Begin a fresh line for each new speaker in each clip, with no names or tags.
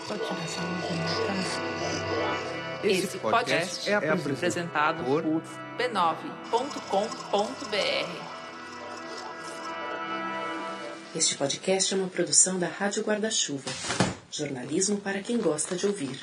Esse podcast é apresentado por b9.com.br.
Este podcast é uma produção da Rádio Guarda-Chuva. Jornalismo para quem gosta de ouvir.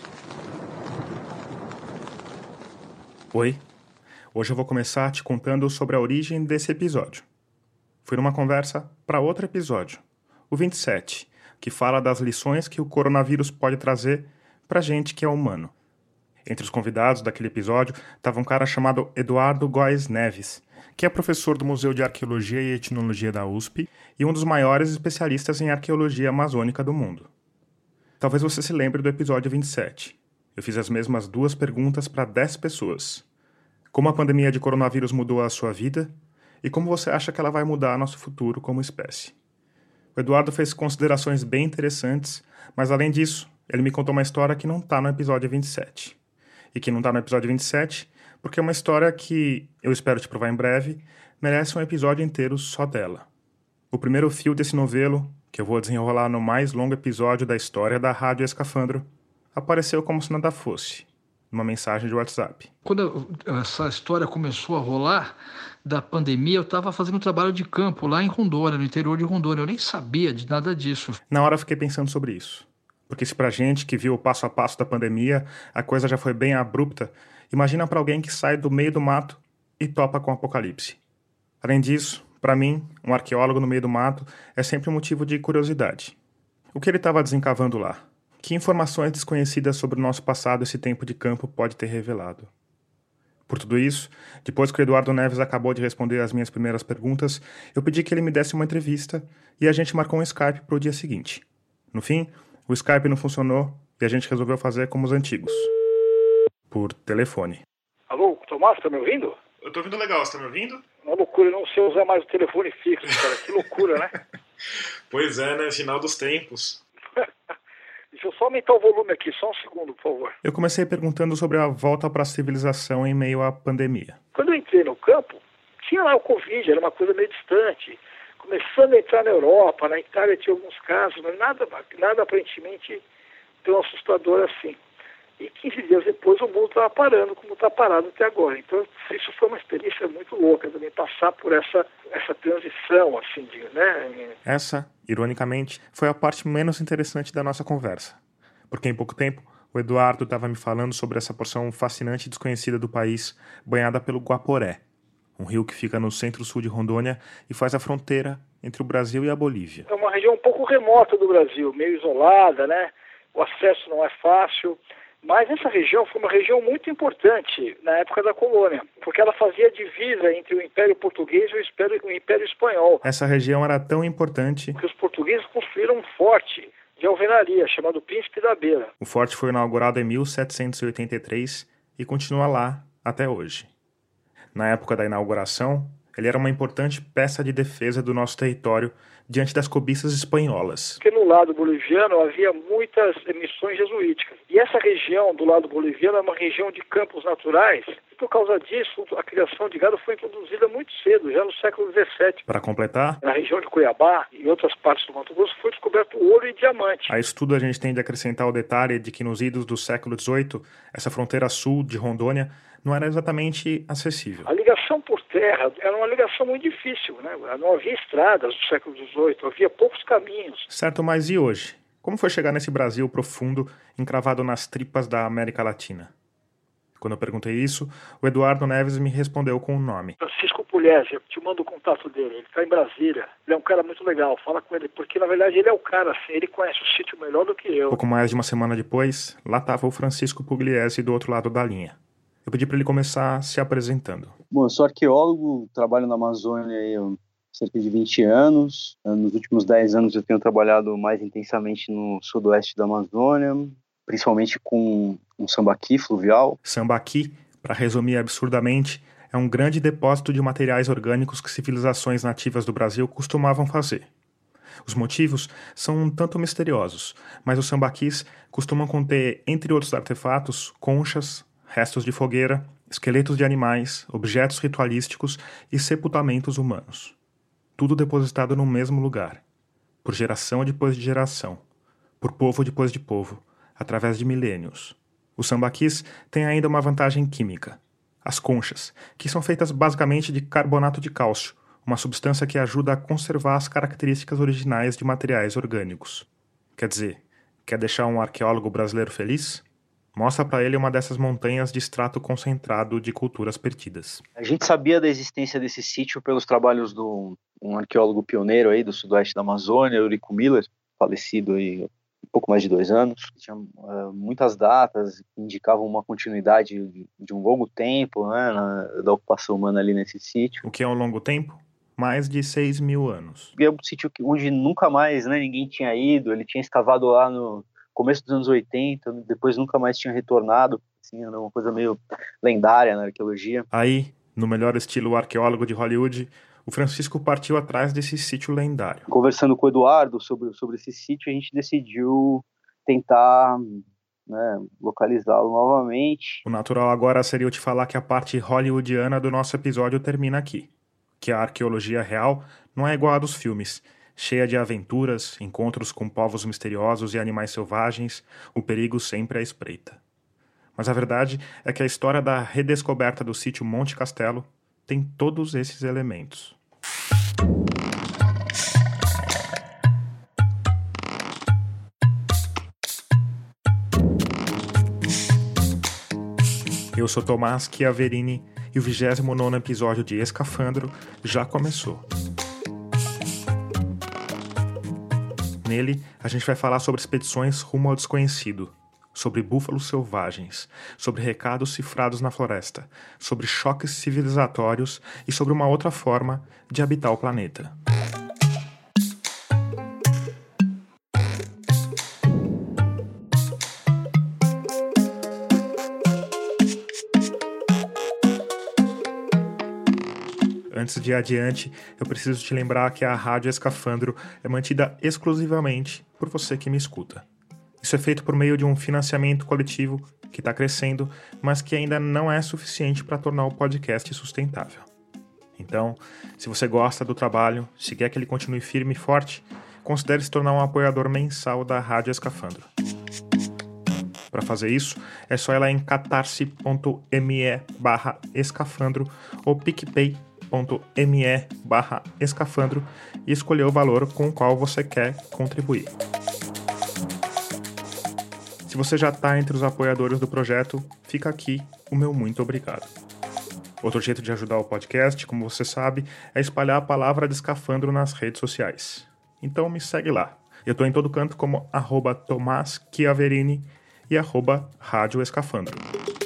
Oi, hoje eu vou começar te contando sobre a origem desse episódio. Fui numa conversa para outro episódio, o 27, que fala das lições que o coronavírus pode trazer pra gente que é humano. Entre os convidados daquele episódio estava um cara chamado Eduardo Góes Neves, que é professor do Museu de Arqueologia e Etnologia da USP e um dos maiores especialistas em arqueologia amazônica do mundo. Talvez você se lembre do episódio 27. Eu fiz as mesmas duas perguntas para 10 pessoas. Como a pandemia de coronavírus mudou a sua vida e como você acha que ela vai mudar nosso futuro como espécie? O Eduardo fez considerações bem interessantes, mas além disso, ele me contou uma história que não está no episódio 27. E que não está no episódio 27 porque é uma história que, eu espero te provar em breve, merece um episódio inteiro só dela. O primeiro fio desse novelo, que eu vou desenrolar no mais longo episódio da história da Rádio Escafandro, apareceu como se nada fosse, numa mensagem de WhatsApp.
Quando essa história começou a rolar da pandemia, eu estava fazendo um trabalho de campo lá em Rondônia, no interior de Rondônia. Eu nem sabia de nada disso.
Na hora eu fiquei pensando sobre isso. Porque se pra gente que viu o passo a passo da pandemia, a coisa já foi bem abrupta, imagina pra alguém que sai do meio do mato e topa com o apocalipse. Além disso, pra mim, um arqueólogo no meio do mato é sempre um motivo de curiosidade. O que ele estava desencavando lá? Que informações desconhecidas sobre o nosso passado esse tempo de campo pode ter revelado? Por tudo isso, depois que o Eduardo Neves acabou de responder as minhas primeiras perguntas, eu pedi que ele me desse uma entrevista e a gente marcou um Skype para o dia seguinte. No fim, o Skype não funcionou e a gente resolveu fazer como os antigos. Por telefone.
Alô, Tomás, tá me ouvindo?
Eu tô ouvindo legal, você tá me ouvindo?
Uma loucura, eu não sei usar mais o telefone fixo, cara. Que loucura, né?
Pois é, né? Final dos tempos.
Deixa eu só aumentar o volume aqui, só um segundo, por favor.
Eu comecei perguntando sobre a volta para a civilização em meio à pandemia.
Quando eu entrei no campo, tinha lá o Covid, era uma coisa meio distante. Começando a entrar na Europa, na Itália tinha alguns casos, mas nada aparentemente tão assustador assim. E 15 dias depois o mundo estava parando, como está parado até agora. Então isso foi uma experiência muito louca também, passar por essa transição, assim, né?
Essa, ironicamente, foi a parte menos interessante da nossa conversa. Porque em pouco tempo, o Eduardo estava me falando sobre essa porção fascinante e desconhecida do país, banhada pelo Guaporé, um rio que fica no centro-sul de Rondônia e faz a fronteira entre o Brasil e a Bolívia.
É uma região um pouco remota do Brasil, meio isolada, né? O acesso não é fácil, mas essa região foi uma região muito importante na época da colônia, porque ela fazia divisa entre o Império Português e o Império Espanhol.
Essa região era tão importante
que os portugueses construíram um forte de alvenaria chamado Príncipe da Beira.
O forte foi inaugurado em 1783 e continua lá até hoje. Na época da inauguração, ele era uma importante peça de defesa do nosso território diante das cobiças espanholas.
Porque no lado boliviano havia muitas missões jesuíticas. E essa região do lado boliviano é uma região de campos naturais. E por causa disso, a criação de gado foi introduzida muito cedo, já no século XVII.
Para completar,
na região de Cuiabá e outras partes do Mato Grosso foi descoberto ouro e diamante.
A isso tudo a gente tende a acrescentar o detalhe de que nos idos do século XVIII, essa fronteira sul de Rondônia não era exatamente acessível.
A ligação por terra era uma ligação muito difícil, né? Não havia estradas no século XVIII, havia poucos caminhos.
Certo, mas e hoje? Como foi chegar nesse Brasil profundo, encravado nas tripas da América Latina? Quando eu perguntei isso, o Eduardo Neves me respondeu com um nome.
Francisco Pugliese, eu te mando o contato dele, ele está em Brasília. Ele é um cara muito legal, fala com ele, porque na verdade ele é o cara, assim, ele conhece o sítio melhor do que eu.
Pouco mais de uma semana depois, lá estava o Francisco Pugliese do outro lado da linha. Eu pedi para ele começar se apresentando.
Bom, eu sou arqueólogo, trabalho na Amazônia há cerca de 20 anos. Nos últimos 10 anos eu tenho trabalhado mais intensamente no sudoeste da Amazônia, principalmente com um sambaqui fluvial.
Sambaqui, para resumir absurdamente, é um grande depósito de materiais orgânicos que civilizações nativas do Brasil costumavam fazer. Os motivos são um tanto misteriosos, mas os sambaquis costumam conter, entre outros artefatos, conchas, restos de fogueira, esqueletos de animais, objetos ritualísticos e sepultamentos humanos. Tudo depositado no mesmo lugar, por geração depois de geração, por povo depois de povo, através de milênios. Os sambaquis têm ainda uma vantagem química: as conchas, que são feitas basicamente de carbonato de cálcio, uma substância que ajuda a conservar as características originais de materiais orgânicos. Quer dizer, quer deixar um arqueólogo brasileiro feliz? Mostra para ele uma dessas montanhas de extrato concentrado de culturas perdidas.
A gente sabia da existência desse sítio pelos trabalhos de um arqueólogo pioneiro aí do sudoeste da Amazônia, Eurico Miller, falecido aí há pouco mais de 2 anos. Tinha muitas datas que indicavam uma continuidade de um longo tempo, né, da ocupação humana ali nesse sítio.
O que é um longo tempo? Mais de 6.000 anos.
É um sítio onde nunca mais, né, ninguém tinha ido. Ele tinha escavado lá no começo dos anos 80, depois nunca mais tinha retornado. Assim, era uma coisa meio lendária na arqueologia.
Aí, no melhor estilo arqueólogo de Hollywood, o Francisco partiu atrás desse sítio lendário.
Conversando com o Eduardo sobre esse sítio, a gente decidiu tentar, né, localizá-lo novamente.
O natural agora seria eu te falar que a parte hollywoodiana do nosso episódio termina aqui. Que a arqueologia real não é igual a dos filmes, cheia de aventuras, encontros com povos misteriosos e animais selvagens, o perigo sempre à espreita. Mas a verdade é que a história da redescoberta do sítio Monte Castelo tem todos esses elementos. Eu sou Tomás Chiaverini e o 29º episódio de Escafandro já começou. Nele, a gente vai falar sobre expedições rumo ao desconhecido, sobre búfalos selvagens, sobre recados cifrados na floresta, sobre choques civilizatórios e sobre uma outra forma de habitar o planeta. Antes de ir adiante, eu preciso te lembrar que a Rádio Escafandro é mantida exclusivamente por você que me escuta. Isso é feito por meio de um financiamento coletivo que está crescendo, mas que ainda não é suficiente para tornar o podcast sustentável. Então, se você gosta do trabalho, se quer que ele continue firme e forte, considere se tornar um apoiador mensal da Rádio Escafandro. Para fazer isso, é só ir lá em catarse.me/escafandro ou picpay.me/escafandro e escolher o valor com o qual você quer contribuir. Se você já está entre os apoiadores do projeto, fica aqui o meu muito obrigado. Outro jeito de ajudar o podcast, como você sabe, é espalhar a palavra de Escafandro nas redes sociais. Então me segue lá. Eu estou em todo canto como @TomásChiaverini e @Rádio Escafandro.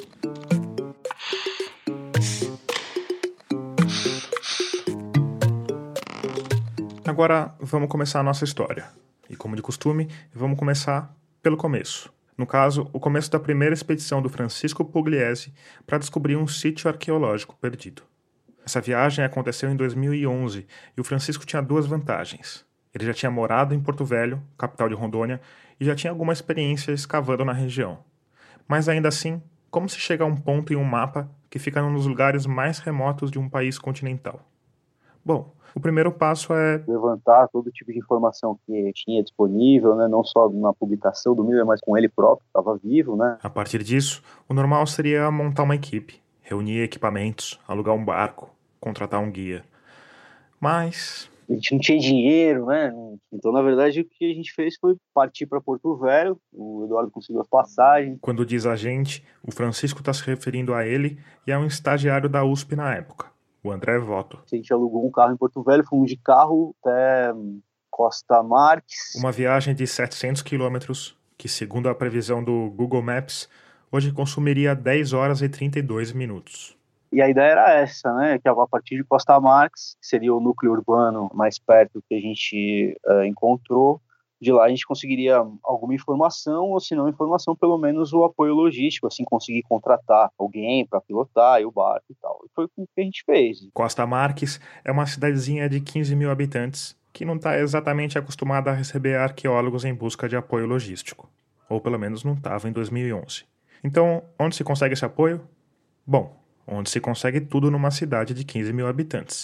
Agora vamos começar a nossa história. E como de costume, vamos começar pelo começo. No caso, o começo da primeira expedição do Francisco Pugliese para descobrir um sítio arqueológico perdido. Essa viagem aconteceu em 2011 e o Francisco tinha 2 vantagens. Ele já tinha morado em Porto Velho, capital de Rondônia, e já tinha alguma experiência escavando na região. Mas ainda assim, como se chega a um ponto em um mapa que fica num dos lugares mais remotos de um país continental? Bom, o primeiro passo é
levantar todo tipo de informação que tinha disponível, né? Não só na publicação do Miller, mas com ele próprio, estava vivo, né?
A partir disso, o normal seria montar uma equipe, reunir equipamentos, alugar um barco, contratar um guia. Mas
a gente não tinha dinheiro, né? Então, na verdade, o que a gente fez foi partir para Porto Velho. O Eduardo conseguiu as passagens.
Quando diz a gente, o Francisco está se referindo a ele e a um estagiário da USP na época, o André Voto.
A gente alugou um carro em Porto Velho, fomos de carro até Costa Marques.
Uma viagem de 700 quilômetros, que segundo a previsão do Google Maps, hoje consumiria 10 horas e 32 minutos.
E a ideia era essa, né? Que a partir de Costa Marques, que seria o núcleo urbano mais perto que a gente encontrou, de lá a gente conseguiria alguma informação, ou se não informação, pelo menos o apoio logístico, assim, conseguir contratar alguém para pilotar e o barco e tal. E foi o que a gente fez.
Costa Marques é uma cidadezinha de 15 mil habitantes que não está exatamente acostumada a receber arqueólogos em busca de apoio logístico. Ou pelo menos não estava em 2011. Então, onde se consegue esse apoio? Bom, onde se consegue tudo numa cidade de 15 mil habitantes.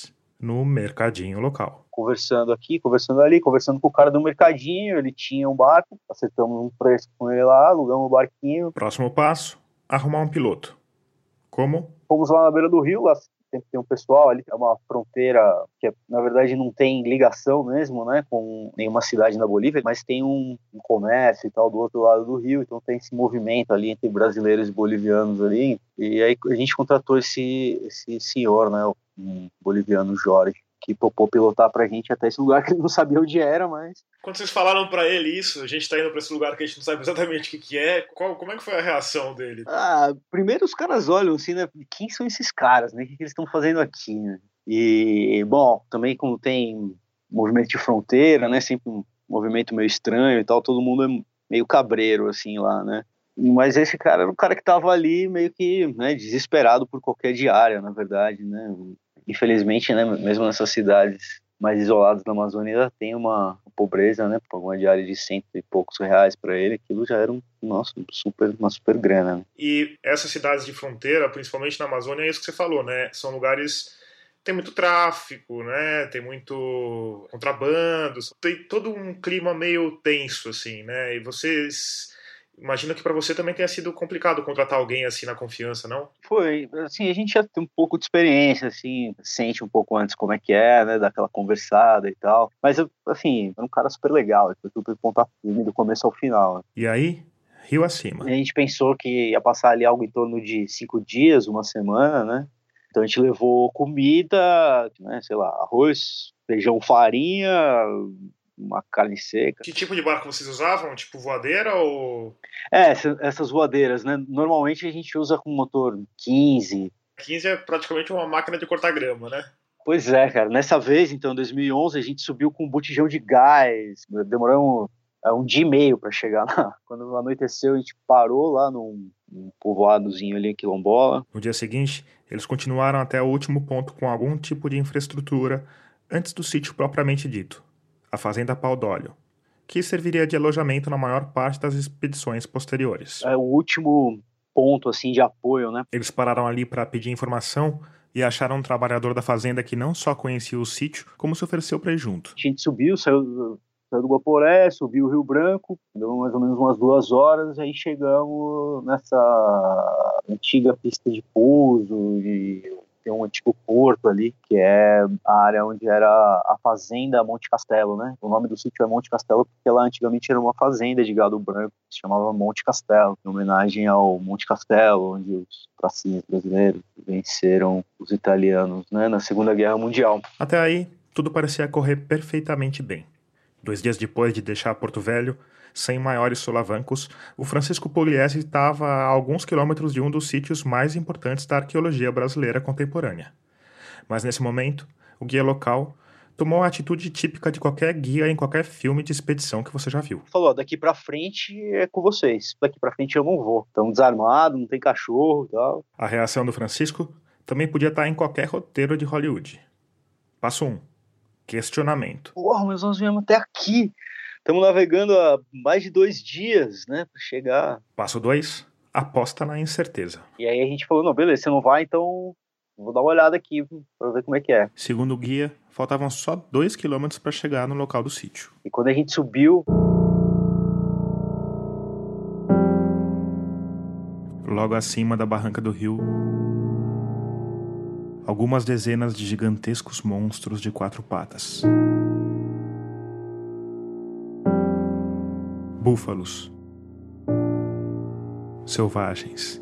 no mercadinho local.
Conversando aqui, conversando ali, conversando com o cara do mercadinho, ele tinha um barco, acertamos um preço com ele lá, alugamos o barquinho.
Próximo passo, arrumar um piloto. Como?
Fomos lá na beira do rio, lá sempre tem um pessoal ali, é uma fronteira que na verdade não tem ligação mesmo, né, com nenhuma cidade na Bolívia, mas tem um comércio e tal do outro lado do rio, então tem esse movimento ali entre brasileiros e bolivianos ali, e aí a gente contratou esse senhor, né, um boliviano, Jorge, que topou pilotar pra gente até esse lugar que ele não sabia onde era, mas...
Quando vocês falaram pra ele isso, a gente tá indo pra esse lugar que a gente não sabe exatamente o que é, como é que foi a reação dele?
Primeiro os caras olham assim, né, quem são esses caras, né, o que eles estão fazendo aqui, né? E, bom, também como tem movimento de fronteira, né, sempre um movimento meio estranho e tal, todo mundo é meio cabreiro, assim, lá, né? Mas esse cara era o cara que tava ali meio que, né, desesperado por qualquer diária, na verdade, né? Infelizmente, né, mesmo nessas cidades mais isoladas da Amazônia, ainda tem uma pobreza, né? Uma diária de 100 e poucos reais para ele, aquilo já era uma super grana. Né?
E essas cidades de fronteira, principalmente na Amazônia, é isso que você falou, né? São lugares tem muito tráfico, né? Tem muito contrabando, tem todo um clima meio tenso, assim, né? E vocês... Imagino que para você também tenha sido complicado contratar alguém assim na confiança, não?
Foi, assim, a gente já tem um pouco de experiência, assim, sente um pouco antes como é que é, né, daquela conversada e tal. Mas, assim, era um cara super legal, ele foi super ponta firme do começo ao final.
E aí, rio acima.
A gente pensou que ia passar ali algo em torno de 5 dias, uma semana, né? Então a gente levou comida, né, sei lá, arroz, feijão, farinha, uma carne seca.
Que tipo de barco vocês usavam? Tipo voadeira ou...
Essas voadeiras, né? Normalmente a gente usa com motor 15.
15 é praticamente uma máquina de cortar grama, né?
Pois é, cara. Nessa vez, então, em 2011, a gente subiu com um botijão de gás. Demorou um dia e meio para chegar lá. Quando anoiteceu, a gente parou lá num povoadozinho ali em Quilombola.
No dia seguinte, eles continuaram até o último ponto com algum tipo de infraestrutura antes do sítio propriamente dito, a Fazenda Pau d'Óleo, que serviria de alojamento na maior parte das expedições posteriores.
É o último ponto assim de apoio, né?
Eles pararam ali para pedir informação e acharam um trabalhador da fazenda que não só conhecia o sítio, como se ofereceu para ir junto.
A gente subiu, saiu do Guaporé, subiu o Rio Branco, deu mais ou menos umas 2 horas, aí chegamos nessa antiga pista de pouso e tem um antigo porto ali, que é a área onde era a fazenda Monte Castelo, né? O nome do sítio é Monte Castelo porque lá antigamente era uma fazenda de gado branco, que se chamava Monte Castelo, em homenagem ao Monte Castelo, onde os pracinhas brasileiros venceram os italianos, né, na Segunda Guerra Mundial.
Até aí, tudo parecia correr perfeitamente bem. 2 dias depois de deixar Porto Velho, sem maiores solavancos, o Francisco Pugliese estava a alguns quilômetros de um dos sítios mais importantes da arqueologia brasileira contemporânea. Mas nesse momento, o guia local tomou a atitude típica de qualquer guia em qualquer filme de expedição que você já viu.
Falou, daqui pra frente é com vocês, daqui pra frente eu não vou. Estamos desarmados, não tem cachorro e tal.
A reação do Francisco também podia estar em qualquer roteiro de Hollywood. Passo 1. Questionamento.
Porra, mas nós viemos até aqui. Estamos navegando há mais de 2 dias, né, para chegar.
Passo 2, aposta na incerteza.
E aí a gente falou, não, beleza, você não vai, então vou dar uma olhada aqui para ver como é que é.
Segundo o guia, faltavam só 2 quilômetros para chegar no local do sítio.
E quando a gente subiu...
Logo acima da barranca do rio, algumas dezenas de gigantescos monstros de 4 patas. Búfalos selvagens.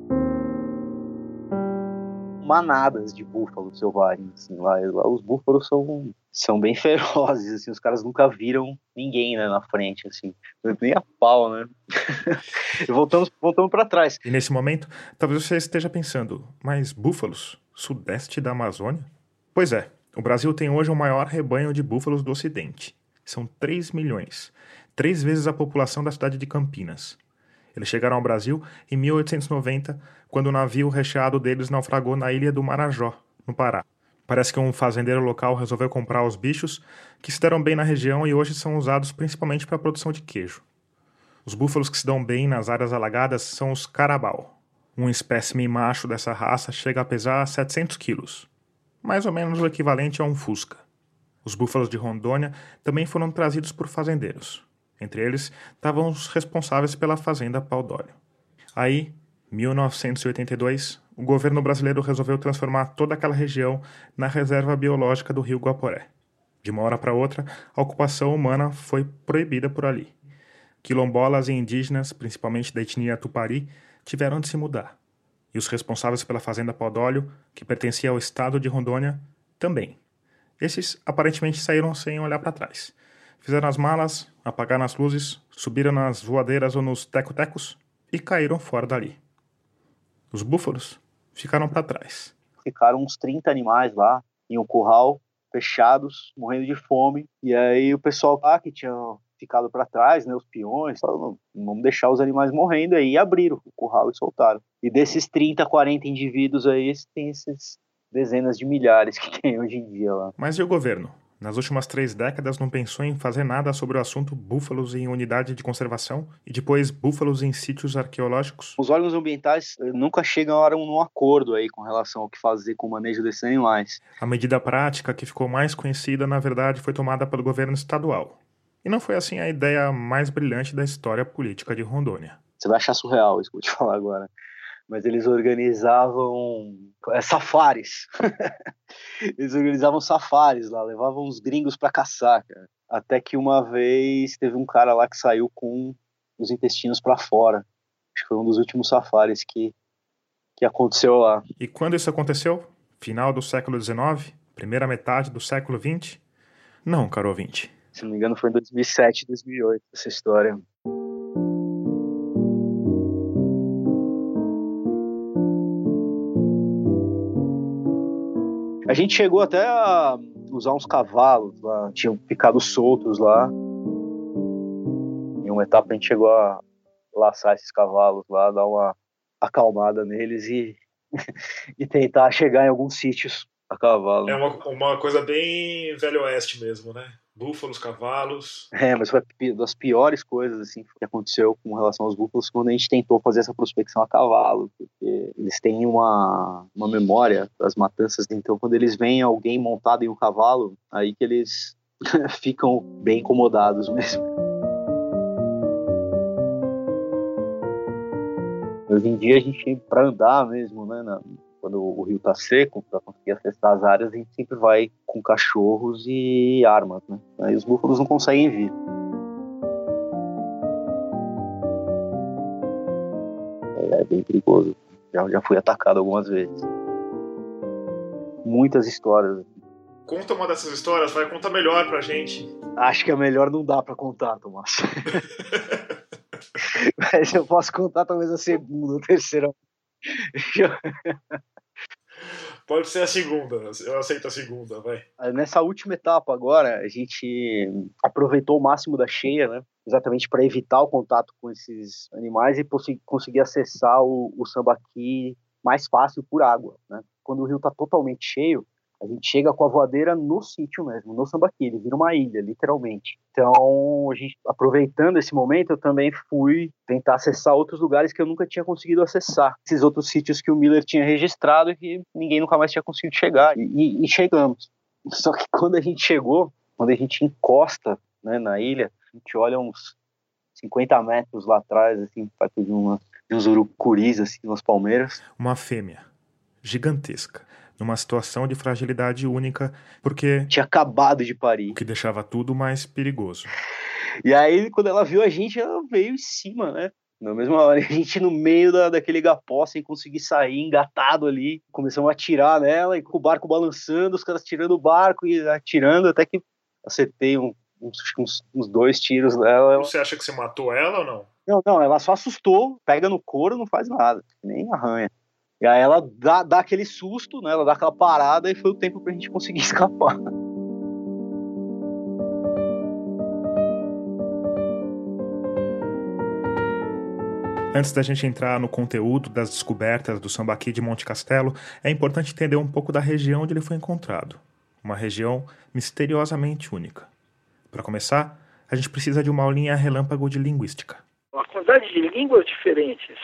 Manadas de búfalos selvagens, assim, lá os búfalos são bem ferozes, assim, os caras nunca viram ninguém, né, na frente, assim, nem a pau, né? voltamos para trás.
E nesse momento, talvez você esteja pensando, mas búfalos? Sudeste da Amazônia? Pois é, o Brasil tem hoje o maior rebanho de búfalos do Ocidente. São 3 milhões. 3 vezes a população da cidade de Campinas. Eles chegaram ao Brasil em 1890, quando o navio recheado deles naufragou na ilha do Marajó, no Pará. Parece que um fazendeiro local resolveu comprar os bichos, que se deram bem na região e hoje são usados principalmente para a produção de queijo. Os búfalos que se dão bem nas áreas alagadas são os carabao. Um espécime macho dessa raça chega a pesar 700 quilos. mais ou menos o equivalente a um Fusca. Os búfalos de Rondônia também foram trazidos por fazendeiros. Entre eles estavam os responsáveis pela fazenda Pau d'Óleo. Aí, 1982, o governo brasileiro resolveu transformar toda aquela região na reserva biológica do rio Guaporé. De uma hora para outra, a ocupação humana foi proibida por ali. Quilombolas e indígenas, principalmente da etnia Tupari, tiveram de se mudar. E os responsáveis pela fazenda Pau d'Óleo, que pertencia ao estado de Rondônia, também. Esses aparentemente saíram sem olhar para trás. Fizeram as malas, apagaram as luzes, subiram nas voadeiras ou nos teco-tecos e caíram fora dali. Os búfalos ficaram para trás.
Ficaram uns 30 animais lá em um curral, fechados, morrendo de fome. E aí o pessoal lá que tinha ficado para trás, né, os peões, falaram, não vamos deixar os animais morrendo, aí abriram o curral e soltaram. E desses 30, 40 indivíduos aí, tem esses dezenas de milhares que tem hoje em dia lá.
Mas e o governo? Nas últimas 3 décadas não pensou em fazer nada sobre o assunto búfalos em unidade de conservação e depois búfalos em sítios arqueológicos?
Os órgãos ambientais nunca chegam a um acordo aí com relação ao que fazer com o manejo desses animais.
A medida prática que ficou mais conhecida, na verdade, foi tomada pelo governo estadual. E não foi assim a ideia mais brilhante da história política de Rondônia.
Você vai achar surreal isso que eu vou te falar agora. Mas eles organizavam safaris. Eles organizavam safaris lá, levavam os gringos pra caçar, cara. Até que uma vez teve um cara lá que saiu com os intestinos pra fora. Acho que foi um dos últimos safaris que aconteceu lá.
E quando isso aconteceu? Final do século XIX? Primeira metade do século XX? Não, caro ouvinte.
Se não me engano foi em 2007, 2008 essa história. A gente chegou até a usar uns cavalos lá, tinham ficado soltos lá. Em uma etapa a gente chegou a laçar esses cavalos lá, dar uma acalmada neles e tentar chegar em alguns sítios a cavalo.
É uma coisa bem Velho Oeste mesmo, né? Búfalos, cavalos...
Mas foi uma das piores coisas assim, que aconteceu com relação aos búfalos quando a gente tentou fazer essa prospecção a cavalo, porque eles têm uma memória das matanças, então quando eles veem alguém montado em um cavalo, aí que eles ficam bem incomodados mesmo. Hoje em dia a gente, para andar mesmo, né, quando o rio está seco, para conseguir acessar as áreas, a gente sempre vai com cachorros e armas, né? Aí os búfalos não conseguem vir. É bem perigoso. Já fui atacado algumas vezes. Muitas histórias.
Conta uma dessas histórias, vai contar melhor pra gente.
Acho que é melhor não dá pra contar, Tomás. Mas eu posso contar talvez a segunda, a terceira.
Pode ser a segunda, eu aceito a segunda, vai.
Nessa última etapa agora, a gente aproveitou o máximo da cheia, né? Exatamente para evitar o contato com esses animais e conseguir acessar o Sambaqui mais fácil por água, né? Quando o rio está totalmente cheio, a gente chega com a voadeira no sítio mesmo, no Sambaqui, ele vira uma ilha, literalmente. Então, a gente, aproveitando esse momento, eu também fui tentar acessar outros lugares que eu nunca tinha conseguido acessar. Esses outros sítios que o Miller tinha registrado e que ninguém nunca mais tinha conseguido chegar. E chegamos. Só que quando a gente chegou, quando a gente encosta, né, na ilha, a gente olha uns 50 metros lá atrás, assim, perto de uns urucuris, assim, umas palmeiras.
Uma fêmea gigantesca, numa situação de fragilidade única, porque
tinha acabado de parir.
O que deixava tudo mais perigoso.
E aí, quando ela viu a gente, ela veio em cima, né? Na mesma hora, a gente no meio daquele igapó, sem conseguir sair, engatado ali. Começamos a atirar nela, e com o barco balançando, os caras tirando o barco e atirando, até que acertei uns 2 tiros nela.
Você acha que você matou ela ou não?
Não, ela só assustou, pega no couro, não faz nada, nem arranha. E aí ela dá aquele susto, né? Ela dá aquela parada e foi o tempo pra gente conseguir escapar.
Antes da gente entrar no conteúdo das descobertas do Sambaqui de Monte Castelo, é importante entender um pouco da região onde ele foi encontrado. Uma região misteriosamente única. Para começar, a gente precisa de uma aulinha relâmpago de linguística.
Uma quantidade de línguas diferentes.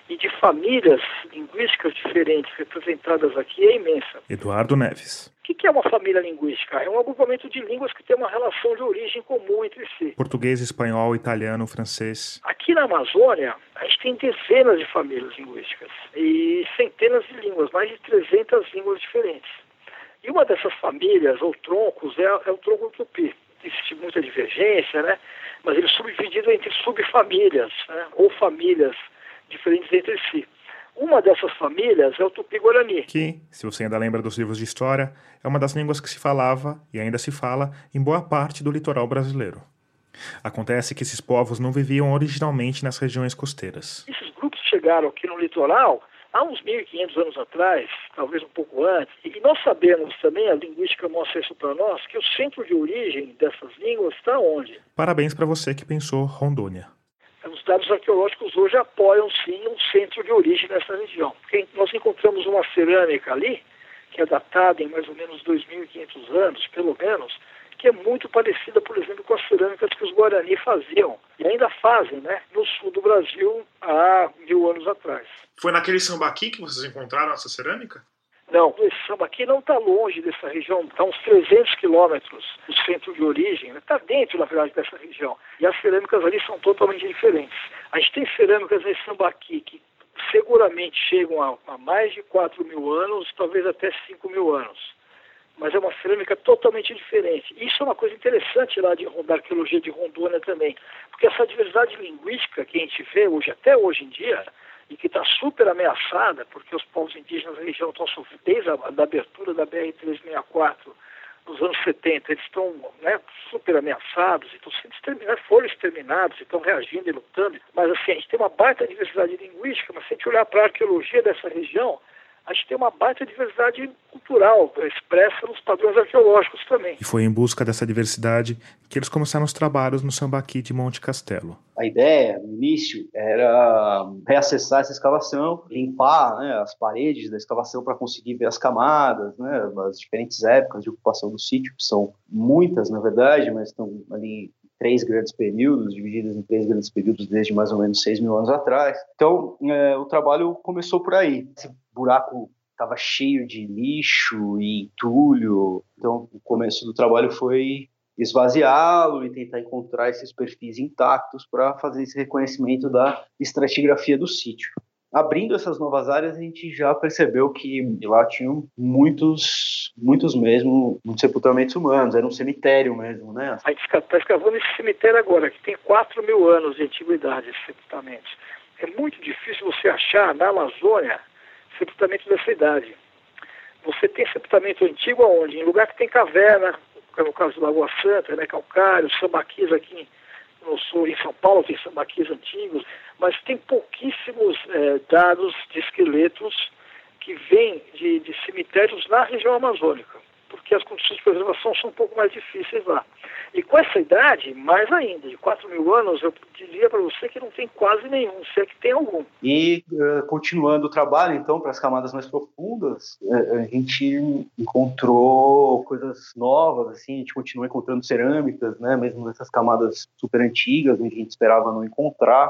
e de famílias linguísticas diferentes representadas aqui é imensa.
Eduardo Neves.
O que é uma família linguística? É um agrupamento de línguas que tem uma relação de origem comum entre si.
Português, espanhol, italiano, francês.
Aqui na Amazônia, a gente tem dezenas de famílias linguísticas e centenas de línguas, mais de 300 línguas diferentes. E uma dessas famílias, ou troncos, é o tronco tupi. Existe muita divergência, né? Mas ele é subdividido entre subfamílias, né? Ou famílias diferentes entre si. Uma dessas famílias é o Tupi-Guarani.
Que, se você ainda lembra dos livros de história, é uma das línguas que se falava, e ainda se fala, em boa parte do litoral brasileiro. Acontece que esses povos não viviam originalmente nas regiões costeiras.
Esses grupos chegaram aqui no litoral há uns 1.500 anos atrás, talvez um pouco antes, e nós sabemos também, a linguística mostra isso para nós, que o centro de origem dessas línguas está onde?
Parabéns para você que pensou Rondônia.
Os dados arqueológicos hoje apoiam, sim, um centro de origem nessa região. Porque nós encontramos uma cerâmica ali, que é datada em mais ou menos 2.500 anos, pelo menos, que é muito parecida, por exemplo, com as cerâmicas que os Guarani faziam, e ainda fazem, né, no sul do Brasil há 1.000 anos atrás.
Foi naquele sambaqui que vocês encontraram essa cerâmica?
Não, esse sambaqui não está longe dessa região, está uns 300 quilômetros do centro de origem, está dentro, na verdade, dessa região. E as cerâmicas ali são totalmente diferentes. A gente tem cerâmicas nesse sambaqui que seguramente chegam a mais de 4.000 anos, talvez até 5.000 anos. Mas é uma cerâmica totalmente diferente. Isso é uma coisa interessante lá da arqueologia de Rondônia também, porque essa diversidade linguística que a gente vê hoje, até hoje em dia, e que está super ameaçada, porque os povos indígenas da região estão sofrendo, desde a abertura da BR-364, nos anos 70, eles estão, né, super ameaçados, estão sendo exterminados, foram exterminados, estão reagindo e lutando. Mas assim, a gente tem uma baita diversidade linguística, mas se a gente olhar para a arqueologia dessa região, a gente tem uma baita diversidade cultural expressa nos padrões arqueológicos também.
E foi em busca dessa diversidade que eles começaram os trabalhos no sambaqui de Monte Castelo.
A ideia, no início, era reacessar essa escavação, limpar, né, as paredes da escavação para conseguir ver as camadas, né, as diferentes épocas de ocupação do sítio, que são muitas, na verdade, mas estão ali em 3 grandes períodos, divididas em 3 grandes períodos desde mais ou menos 6.000 anos atrás. Então, o trabalho começou por aí. Esse buraco estava cheio de lixo e entulho, então o começo do trabalho foi esvaziá-lo e tentar encontrar esses perfis intactos para fazer esse reconhecimento da estratigrafia do sítio. Abrindo essas novas áreas, a gente já percebeu que lá tinham muitos sepultamentos humanos, era um cemitério mesmo, né?
A gente está escavando esse cemitério agora, que tem 4.000 anos de antiguidade, esses sepultamentos. É muito difícil você achar na Amazônia sepultamento dessa idade. Você tem sepultamento antigo aonde? Em lugar que tem caverna, no caso do Lagoa Santa, né, calcário, sambaquis aqui no sul, em São Paulo tem sambaquis antigos, mas tem pouquíssimos dados de esqueletos que vêm de cemitérios na região amazônica, porque as condições de preservação são um pouco mais difíceis lá. E com essa idade, mais ainda, de 4.000 anos, eu diria para você que não tem quase nenhum, se é que tem algum.
E continuando o trabalho, então, para as camadas mais profundas, a gente encontrou coisas novas, assim, a gente continua encontrando cerâmicas, né, mesmo nessas camadas super antigas, onde a gente esperava não encontrar.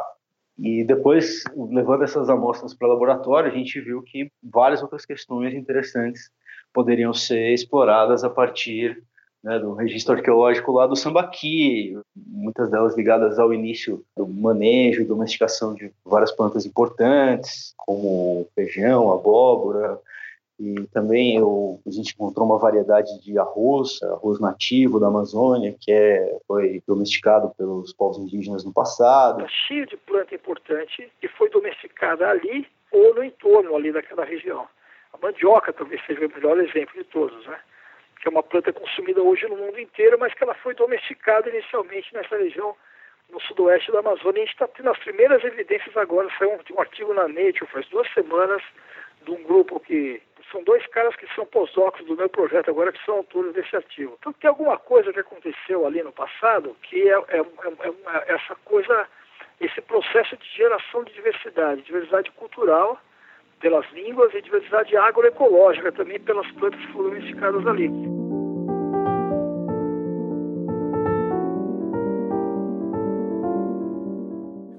E depois, levando essas amostras para o laboratório, a gente viu que várias outras questões interessantes poderiam ser exploradas a partir, né, do registro arqueológico lá do Sambaqui, muitas delas ligadas ao início do manejo e domesticação de várias plantas importantes, como feijão, abóbora, e também a gente encontrou uma variedade de arroz nativo da Amazônia, que foi domesticado pelos povos indígenas no passado.
Está cheio de planta importante que foi domesticada ali ou no entorno ali daquela região. A mandioca talvez seja o melhor exemplo de todos, né? Que é uma planta consumida hoje no mundo inteiro, mas que ela foi domesticada inicialmente nessa região no sudoeste da Amazônia. E a gente está tendo as primeiras evidências agora. Saiu um artigo na Nature faz 2 semanas de um grupo que são 2 caras que são pós-docs do meu projeto agora, que são autores desse artigo. Então tem alguma coisa que aconteceu ali no passado que essa coisa, esse processo de geração de diversidade cultural pelas línguas e diversidade agroecológica também pelas plantas que foram domesticadas ali.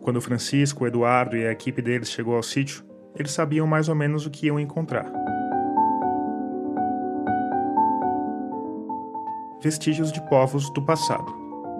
Quando Francisco, o Eduardo e a equipe deles chegou ao sítio, eles sabiam mais ou menos o que iam encontrar. Vestígios de povos do passado.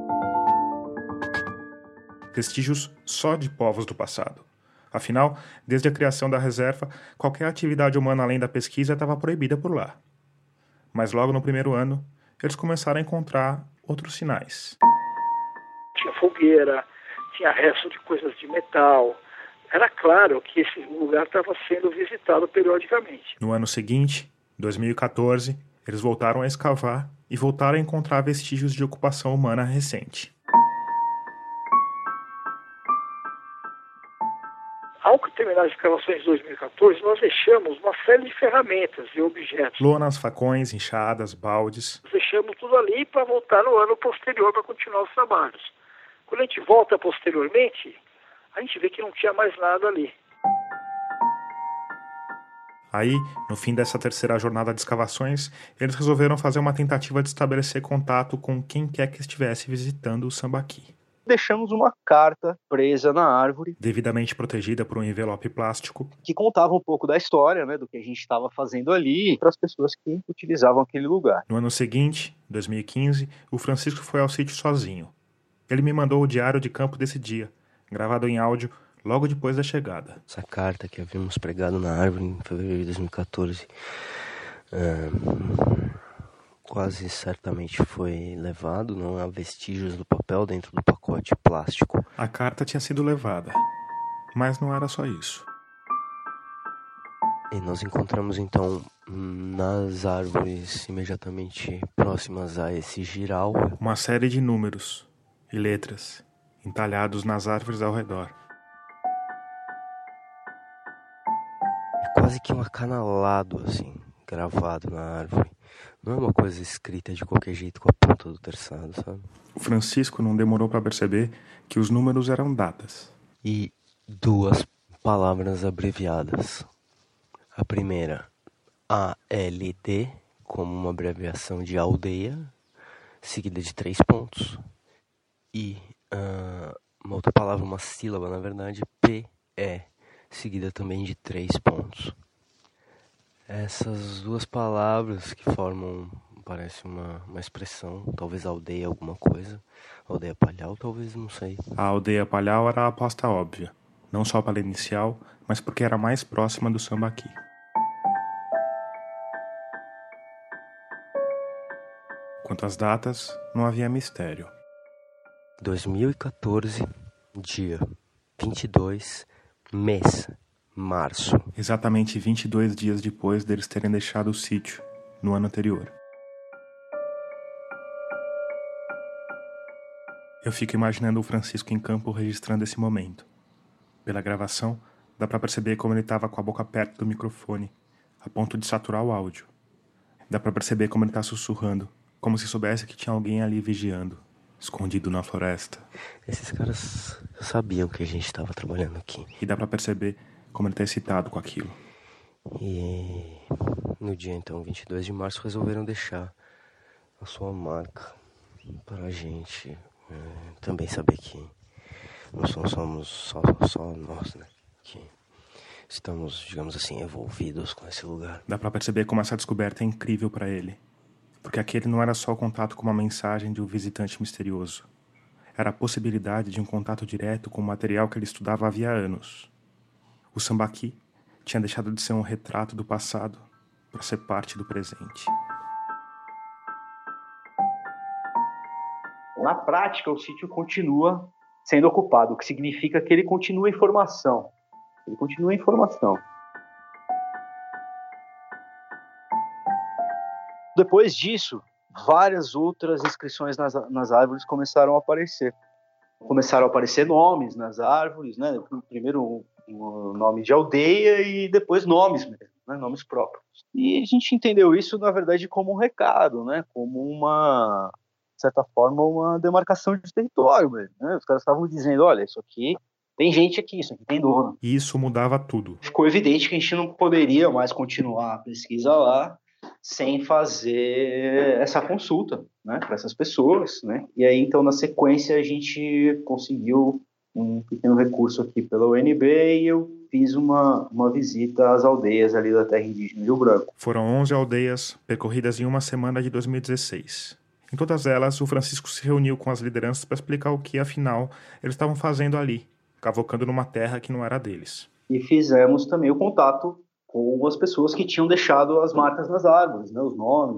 Vestígios só de povos do passado. Afinal, desde a criação da reserva, qualquer atividade humana além da pesquisa estava proibida por lá. Mas logo no primeiro ano, eles começaram a encontrar outros sinais.
Tinha fogueira, tinha resto de coisas de metal. Era claro que esse lugar estava sendo visitado periodicamente.
No ano seguinte, 2014, eles voltaram a escavar e voltaram a encontrar vestígios de ocupação humana recente.
Ao terminar as escavações de 2014, nós deixamos uma série de ferramentas e objetos.
Lonas, facões, enxadas, baldes.
Deixamos tudo ali para voltar no ano posterior para continuar os trabalhos. Quando a gente volta posteriormente, a gente vê que não tinha mais nada ali.
Aí, no fim dessa terceira jornada de escavações, eles resolveram fazer uma tentativa de estabelecer contato com quem quer que estivesse visitando o Sambaqui.
Deixamos uma carta presa na árvore,
devidamente protegida por um envelope plástico,
que contava um pouco da história, né, do que a gente estava fazendo ali, para as pessoas que utilizavam aquele lugar.
No ano seguinte, 2015, o Francisco foi ao sítio sozinho. Ele me mandou o diário de campo desse dia, gravado em áudio logo depois da chegada.
Essa carta que havíamos pregado na árvore em fevereiro de 2014 quase certamente foi levado, não há vestígios do papel dentro do pacote plástico.
A carta tinha sido levada, mas não era só isso.
E nós encontramos então nas árvores imediatamente próximas a esse giral
uma série de números e letras entalhados nas árvores ao redor.
É quase que um acanalado assim, gravado na árvore. Não é uma coisa escrita de qualquer jeito com a ponta do terçado, sabe?
O Francisco não demorou para perceber que os números eram datas.
E duas palavras abreviadas. A primeira, ALD, como uma abreviação de aldeia, seguida de 3 pontos. E uma outra palavra, uma sílaba, na verdade, PE, seguida também de 3 pontos. Essas duas palavras que formam, parece uma expressão, talvez aldeia alguma coisa, aldeia Palhau, talvez, não sei.
A aldeia Palhau era a aposta óbvia, não só pela inicial, mas porque era mais próxima do Sambaqui. Quanto às datas, não havia mistério.
2014, dia 22, mês, março.
Exatamente 22 dias depois deles terem deixado o sítio, no ano anterior. Eu fico imaginando o Francisco em campo registrando esse momento. Pela gravação, dá pra perceber como ele estava com a boca perto do microfone, a ponto de saturar o áudio. Dá pra perceber como ele tá sussurrando, como se soubesse que tinha alguém ali vigiando, escondido na floresta.
Esses caras sabiam que a gente estava trabalhando aqui.
E dá pra perceber como ele tá excitado com aquilo.
E no dia, então, 22 de março, resolveram deixar a sua marca para a gente também saber que não somos só nós, né? Que estamos, digamos assim, envolvidos com esse lugar.
Dá pra perceber como essa descoberta é incrível pra ele. Porque aquele não era só o contato com uma mensagem de um visitante misterioso. Era a possibilidade de um contato direto com o material que ele estudava havia anos. O Sambaqui tinha deixado de ser um retrato do passado para ser parte do presente.
Na prática, o sítio continua sendo ocupado, o que significa que ele continua em formação. Ele continua em formação. Depois disso, várias outras inscrições nas árvores começaram a aparecer. Começaram a aparecer nomes nas árvores, né? Primeiro o nome de aldeia e depois nomes mesmo, né? Nomes próprios. E a gente entendeu isso, na verdade, como um recado, né? Como uma, de certa forma, uma demarcação de território mesmo, né? Os caras estavam dizendo, olha, isso aqui tem gente aqui, isso aqui tem dono.
E isso mudava tudo.
Ficou evidente que a gente não poderia mais continuar a pesquisa lá sem fazer essa consulta, né, para essas pessoas, né? E aí, então, na sequência, a gente conseguiu um pequeno recurso aqui pela UNB e eu fiz uma visita às aldeias ali da terra indígena de Rio Branco.
Foram 11 aldeias percorridas em uma semana de 2016. Em todas elas, o Francisco se reuniu com as lideranças para explicar o que, afinal, eles estavam fazendo ali, cavocando numa terra que não era deles.
E fizemos também o contato com as pessoas que tinham deixado as marcas nas árvores, né, os nomes.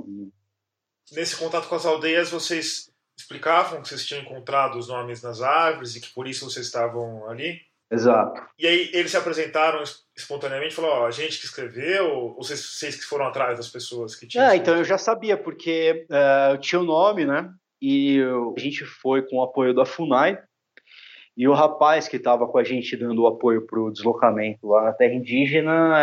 Nesse contato com as aldeias, vocês explicavam que vocês tinham encontrado os nomes nas árvores e que por isso vocês estavam ali?
Exato.
E aí eles se apresentaram espontaneamente, falaram, a gente que escreveu, ou vocês que foram atrás das pessoas que tinham?
Então eu já sabia, porque eu tinha o nome, né? E a gente foi com o apoio da FUNAI, e o rapaz que estava com a gente dando o apoio para o deslocamento lá na terra indígena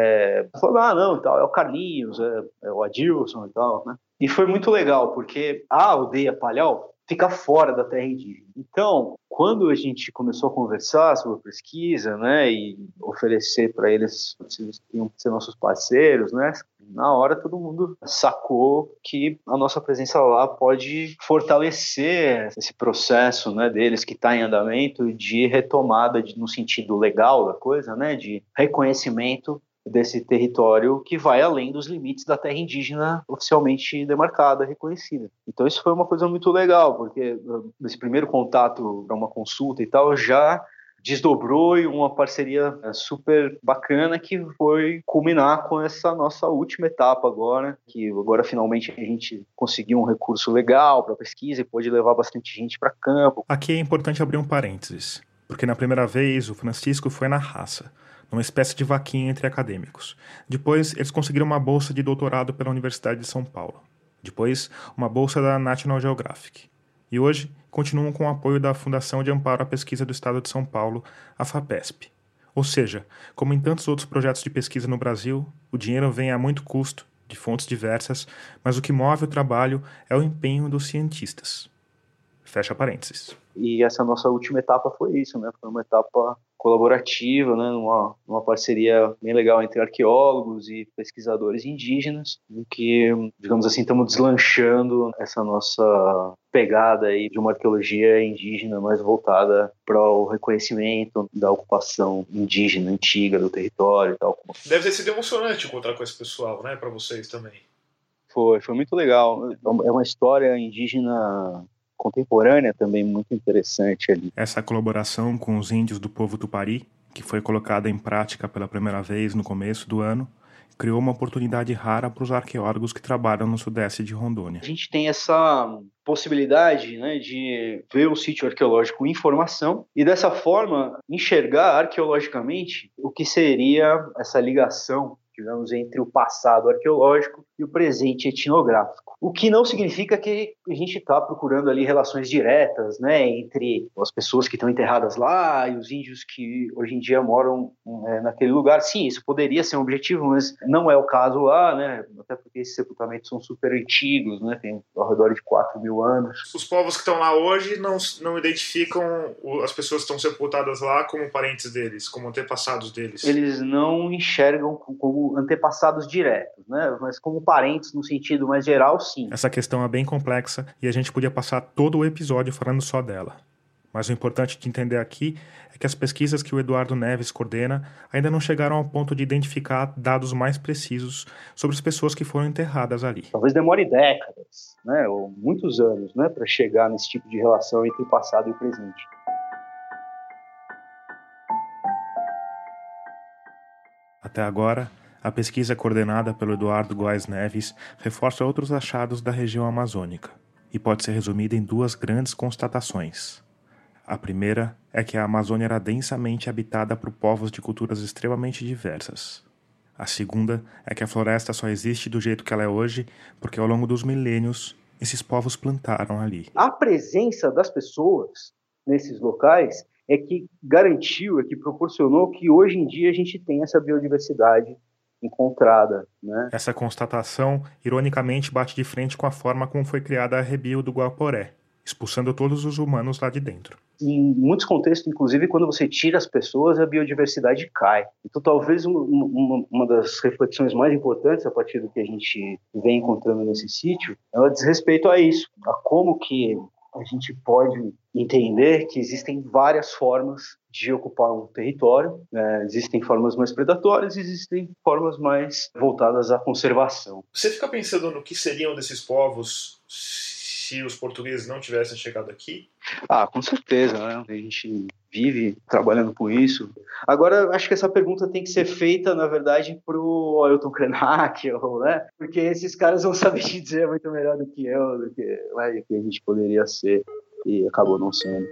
falou, não, tal, é o Carlinhos, é o Adilson e tal, né? E foi muito legal, porque a aldeia Palhau fica fora da terra indígena. Então, quando a gente começou a conversar sobre a pesquisa, né, e oferecer para eles se eles queriam ser nossos parceiros, né, na hora todo mundo sacou que a nossa presença lá pode fortalecer esse processo, né, deles que está em andamento de retomada no sentido legal da coisa, né, de reconhecimento desse território que vai além dos limites da terra indígena oficialmente demarcada, reconhecida. Então isso foi uma coisa muito legal, porque nesse primeiro contato para uma consulta e tal, já desdobrou em uma parceria super bacana que foi culminar com essa nossa última etapa agora, que agora finalmente a gente conseguiu um recurso legal para pesquisa e pôde levar bastante gente para campo.
Aqui é importante abrir um parênteses, porque na primeira vez o Francisco foi na raça, numa espécie de vaquinha entre acadêmicos. Depois, eles conseguiram uma bolsa de doutorado pela Universidade de São Paulo. Depois, uma bolsa da National Geographic. E hoje, continuam com o apoio da Fundação de Amparo à Pesquisa do Estado de São Paulo, a FAPESP. Ou seja, como em tantos outros projetos de pesquisa no Brasil, o dinheiro vem a muito custo, de fontes diversas, mas o que move o trabalho é o empenho dos cientistas. Fecha parênteses.
E essa nossa última etapa foi isso, né? Foi uma etapa colaborativa, né? Numa parceria bem legal entre arqueólogos e pesquisadores indígenas, em que, digamos assim, estamos deslanchando essa nossa pegada aí de uma arqueologia indígena mais voltada para o reconhecimento da ocupação indígena antiga do território e tal.
Deve ter sido emocionante encontrar com esse pessoal, né? Para vocês também.
Foi muito legal. É uma história indígena contemporânea também muito interessante ali.
Essa colaboração com os índios do povo Tupari, que foi colocada em prática pela primeira vez no começo do ano, criou uma oportunidade rara para os arqueólogos que trabalham no sudeste de Rondônia.
A gente tem essa possibilidade, né, de ver o sítio arqueológico em formação e dessa forma enxergar arqueologicamente o que seria essa ligação, digamos, entre o passado arqueológico e o presente etnográfico. O que não significa que a gente está procurando ali relações diretas, né, entre as pessoas que estão enterradas lá e os índios que hoje em dia moram naquele lugar. Sim, isso poderia ser um objetivo, mas não é o caso lá, né, até porque esses sepultamentos são super antigos, né, tem ao redor de 4.000 anos.
Os povos que estão lá hoje não identificam as pessoas que estão sepultadas lá como parentes deles, como antepassados deles.
Eles não enxergam como antepassados diretos, né, mas como parentes no sentido mais geral, sim.
Essa questão é bem complexa e a gente podia passar todo o episódio falando só dela. Mas o importante de entender aqui é que as pesquisas que o Eduardo Neves coordena ainda não chegaram ao ponto de identificar dados mais precisos sobre as pessoas que foram enterradas ali.
Talvez demore décadas, né, ou muitos anos, né, para chegar nesse tipo de relação entre o passado e o presente.
Até agora, a pesquisa coordenada pelo Eduardo Góes Neves reforça outros achados da região amazônica e pode ser resumida em duas grandes constatações. A primeira é que a Amazônia era densamente habitada por povos de culturas extremamente diversas. A segunda é que a floresta só existe do jeito que ela é hoje porque ao longo dos milênios esses povos plantaram ali.
A presença das pessoas nesses locais é que garantiu, é que proporcionou que hoje em dia a gente tem essa biodiversidade encontrada, né?
Essa constatação, ironicamente, bate de frente com a forma como foi criada a Rebio do Guaporé, expulsando todos os humanos lá de dentro.
Em muitos contextos, inclusive, quando você tira as pessoas, a biodiversidade cai. Então, talvez uma das reflexões mais importantes a partir do que a gente vem encontrando nesse sítio, ela diz respeito a isso, a como que a gente pode entender que existem várias formas de ocupar um território, né? Existem formas mais predatórias e existem formas mais voltadas à conservação.
Você fica pensando no que seriam desses povos se os portugueses não tivessem chegado aqui?
Com certeza, né? A gente vive trabalhando com isso. Agora, acho que essa pergunta tem que ser feita, na verdade, para o Ailton Krenak, né? Porque esses caras vão saber te dizer muito melhor do que eu, do que a gente poderia ser e acabou não sendo.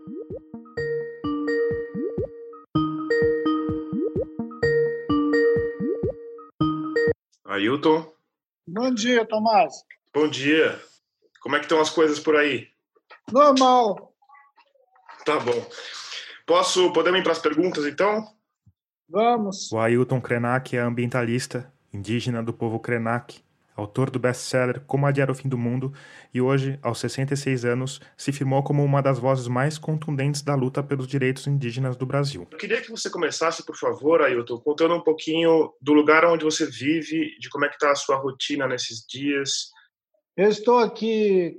Ailton?
Bom dia, Tomás.
Bom dia. Como é que estão as coisas por aí?
Normal.
Tá bom. Podemos ir para as perguntas, então?
Vamos.
O Ailton Krenak é ambientalista, indígena do povo Krenak, autor do best-seller Como Adiar o Fim do Mundo e hoje, aos 66 anos, se firmou como uma das vozes mais contundentes da luta pelos direitos indígenas do Brasil. Eu queria que você começasse, por favor, Ailton, contando um pouquinho do lugar onde você vive, de como é que está a sua rotina nesses dias.
Eu estou aqui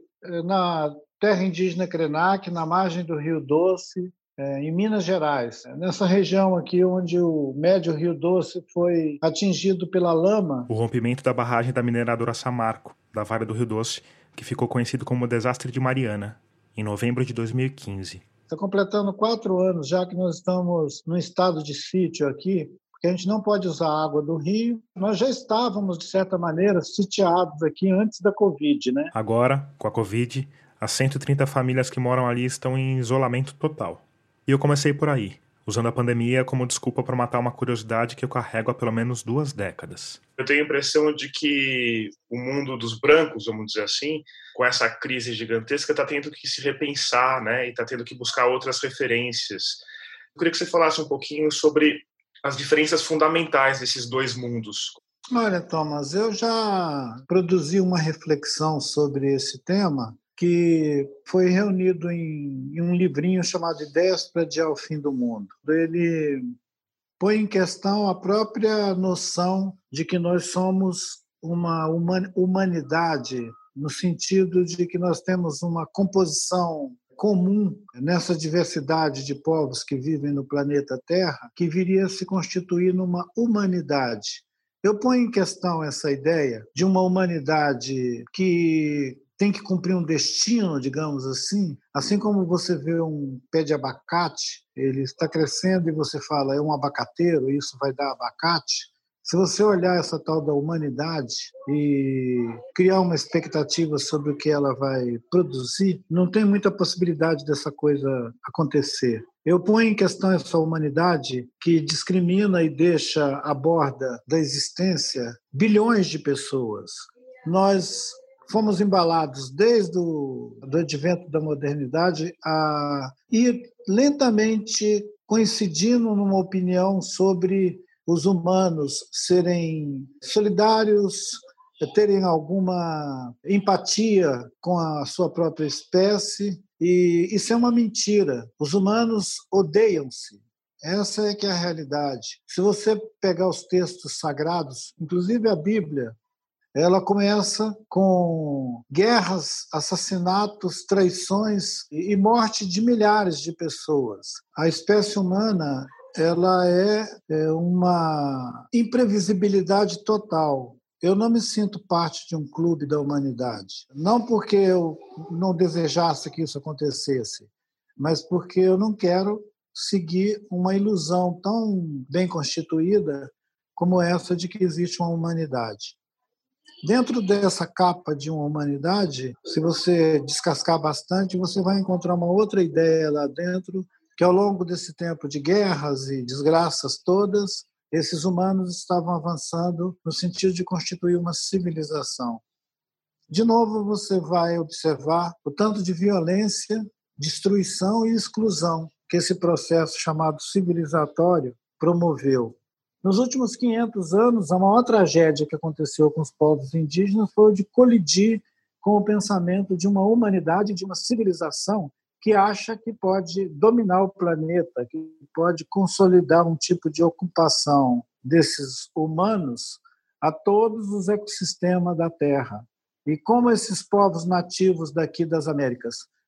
na terra indígena Krenak, na margem do Rio Doce, em Minas Gerais. Nessa região aqui onde o médio Rio Doce foi atingido pela lama.
O rompimento da barragem da mineradora Samarco, da Vale do Rio Doce, que ficou conhecido como o Desastre de Mariana, em novembro de 2015.
Está completando 4 anos já que nós estamos num estado de sítio aqui, porque a gente não pode usar a água do rio. Nós já estávamos, de certa maneira, sitiados aqui antes da Covid, né?
Agora, com a Covid, as 130 famílias que moram ali estão em isolamento total. E eu comecei por aí, usando a pandemia como desculpa para matar uma curiosidade que eu carrego há pelo menos 2 décadas. Eu tenho a impressão de que o mundo dos brancos, vamos dizer assim, com essa crise gigantesca, está tendo que se repensar, né? E está tendo que buscar outras referências. Eu queria que você falasse um pouquinho sobre as diferenças fundamentais desses 2 mundos.
Olha, Thomas, eu já produzi uma reflexão sobre esse tema que foi reunido em um livrinho chamado Ideias para Adiar o Fim do Mundo. Ele põe em questão a própria noção de que nós somos uma humanidade, no sentido de que nós temos uma composição comum nessa diversidade de povos que vivem no planeta Terra, que viria a se constituir numa humanidade. Eu ponho em questão essa ideia de uma humanidade que tem que cumprir um destino, digamos assim como você vê um pé de abacate, ele está crescendo e você fala, é um abacateiro, isso vai dar abacate. Se você olhar essa tal da humanidade e criar uma expectativa sobre o que ela vai produzir, não tem muita possibilidade dessa coisa acontecer. Eu ponho em questão essa humanidade que discrimina e deixa à borda da existência bilhões de pessoas. Nós fomos embalados desde o advento da modernidade a ir lentamente coincidindo numa opinião sobre os humanos serem solidários, terem alguma empatia com a sua própria espécie, e isso é uma mentira. Os humanos odeiam-se. Essa é que é a realidade. Se você pegar os textos sagrados, inclusive a Bíblia, ela começa com guerras, assassinatos, traições e morte de milhares de pessoas. A espécie humana ela é uma imprevisibilidade total. Eu não me sinto parte de um clube da humanidade. Não porque eu não desejasse que isso acontecesse, mas porque eu não quero seguir uma ilusão tão bem constituída como essa de que existe uma humanidade. Dentro dessa capa de uma humanidade, se você descascar bastante, você vai encontrar uma outra ideia lá dentro, que ao longo desse tempo de guerras e desgraças todas, esses humanos estavam avançando no sentido de constituir uma civilização. De novo, você vai observar o tanto de violência, destruição e exclusão que esse processo chamado civilizatório promoveu. Nos últimos 500 anos, a maior tragédia que aconteceu com os povos indígenas foi o de colidir com o pensamento de uma humanidade, de uma civilização que acha que pode dominar o planeta, que pode consolidar um tipo de ocupação desses humanos a todos os ecossistemas da Terra. E como esses povos nativos daqui das Américas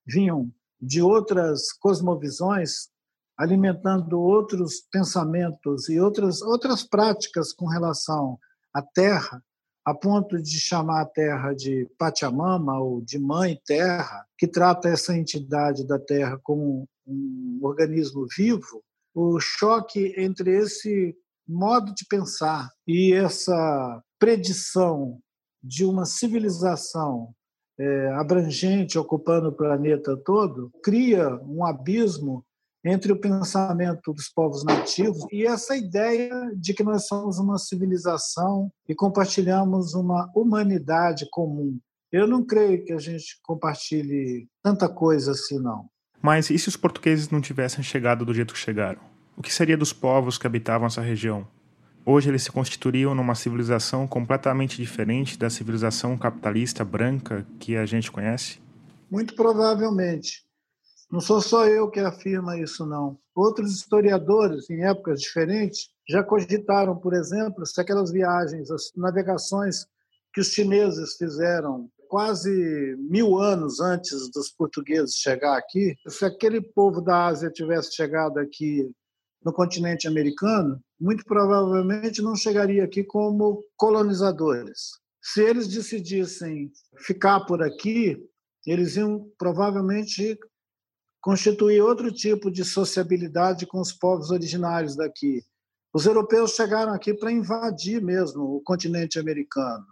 vinham de outras cosmovisões, alimentando outros pensamentos e outras práticas com relação à Terra, a ponto de chamar a Terra de Pachamama ou de Mãe Terra, que trata essa entidade da Terra como um organismo vivo. O choque entre esse modo de pensar e essa predição de uma civilização abrangente, ocupando o planeta todo, cria um abismo entre o pensamento dos povos nativos e essa ideia de que nós somos uma civilização e compartilhamos uma humanidade comum. Eu não creio que a gente compartilhe tanta coisa assim, não.
Mas e se os portugueses não tivessem chegado do jeito que chegaram? O que seria dos povos que habitavam essa região? Hoje eles se constituiriam numa civilização completamente diferente da civilização capitalista branca que a gente conhece?
Muito provavelmente. Não sou só eu que afirma isso, não. Outros historiadores, em épocas diferentes, já cogitaram, por exemplo, se aquelas viagens, as navegações que os chineses fizeram quase 1000 anos antes dos portugueses chegar aqui, se aquele povo da Ásia tivesse chegado aqui no continente americano, muito provavelmente não chegaria aqui como colonizadores. Se eles decidissem ficar por aqui, eles iam provavelmente constituir outro tipo de sociabilidade com os povos originários daqui. Os europeus chegaram aqui para invadir mesmo o continente americano,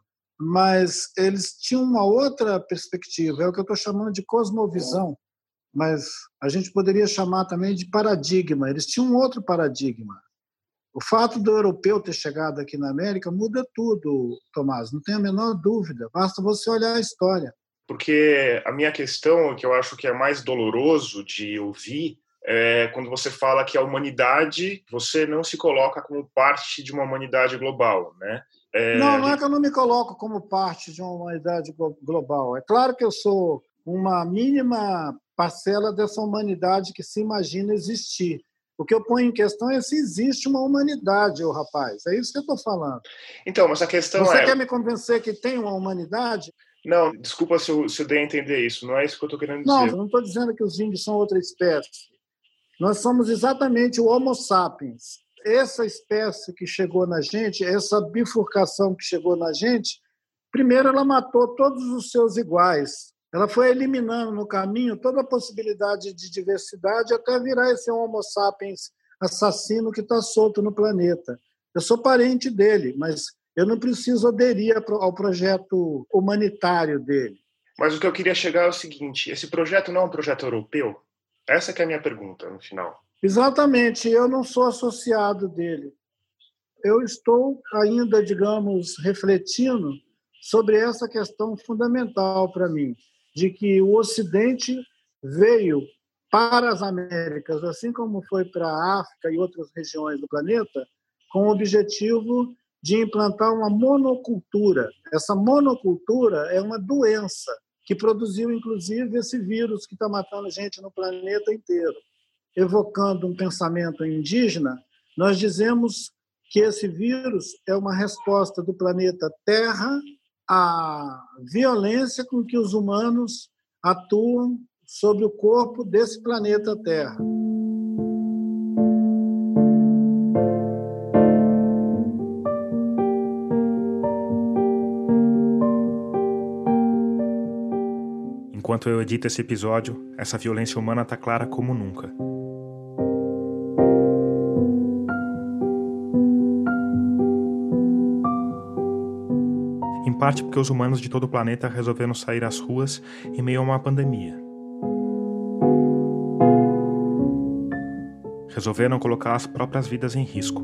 mas eles tinham uma outra perspectiva, é o que eu estou chamando de cosmovisão, mas a gente poderia chamar também de paradigma. Eles tinham um outro paradigma. O fato do europeu ter chegado aqui na América muda tudo, Tomás, não tem a menor dúvida, basta você olhar a história.
Porque a minha questão, que eu acho que é mais doloroso de ouvir, é quando você fala que a humanidade, você não se coloca como parte de uma humanidade global, né?
Não é que eu não me coloco como parte de uma humanidade global. É claro que eu sou uma mínima parcela dessa humanidade que se imagina existir. O que eu ponho em questão é se existe uma humanidade, ô rapaz. É isso que eu estou falando.
Então, mas a questão
Você quer me convencer que tem uma humanidade?
Não, desculpa se eu dei a entender isso. Não é isso que eu estou querendo dizer.
Não, eu não estou dizendo que os índios são outra espécie. Nós somos exatamente o Homo sapiens. Essa espécie que chegou na gente, essa bifurcação que chegou na gente, primeiro ela matou todos os seus iguais. Ela foi eliminando no caminho toda a possibilidade de diversidade até virar esse Homo sapiens assassino que está solto no planeta. Eu sou parente dele, mas eu não preciso aderir ao projeto humanitário dele.
Mas o que eu queria chegar é o seguinte, esse projeto não é um projeto europeu? Essa que é a minha pergunta, no final.
Exatamente, eu não sou associado dele. Eu estou ainda, digamos, refletindo sobre essa questão fundamental para mim, de que o Ocidente veio para as Américas, assim como foi para a África e outras regiões do planeta, com o objetivo de implantar uma monocultura. Essa monocultura é uma doença que produziu, inclusive, esse vírus que está matando gente no planeta inteiro. Evocando um pensamento indígena, nós dizemos que esse vírus é uma resposta do planeta Terra à violência com que os humanos atuam sobre o corpo desse planeta Terra.
Enquanto eu edito esse episódio, essa violência humana está clara como nunca. Em parte porque os humanos de todo o planeta resolveram sair às ruas em meio a uma pandemia. Resolveram colocar as próprias vidas em risco.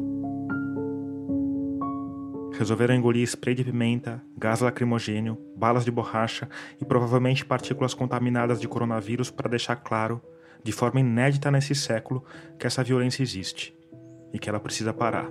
Resolveram engolir spray de pimenta, gás lacrimogênio, balas de borracha e provavelmente partículas contaminadas de coronavírus para deixar claro, de forma inédita nesse século, que essa violência existe e que ela precisa parar.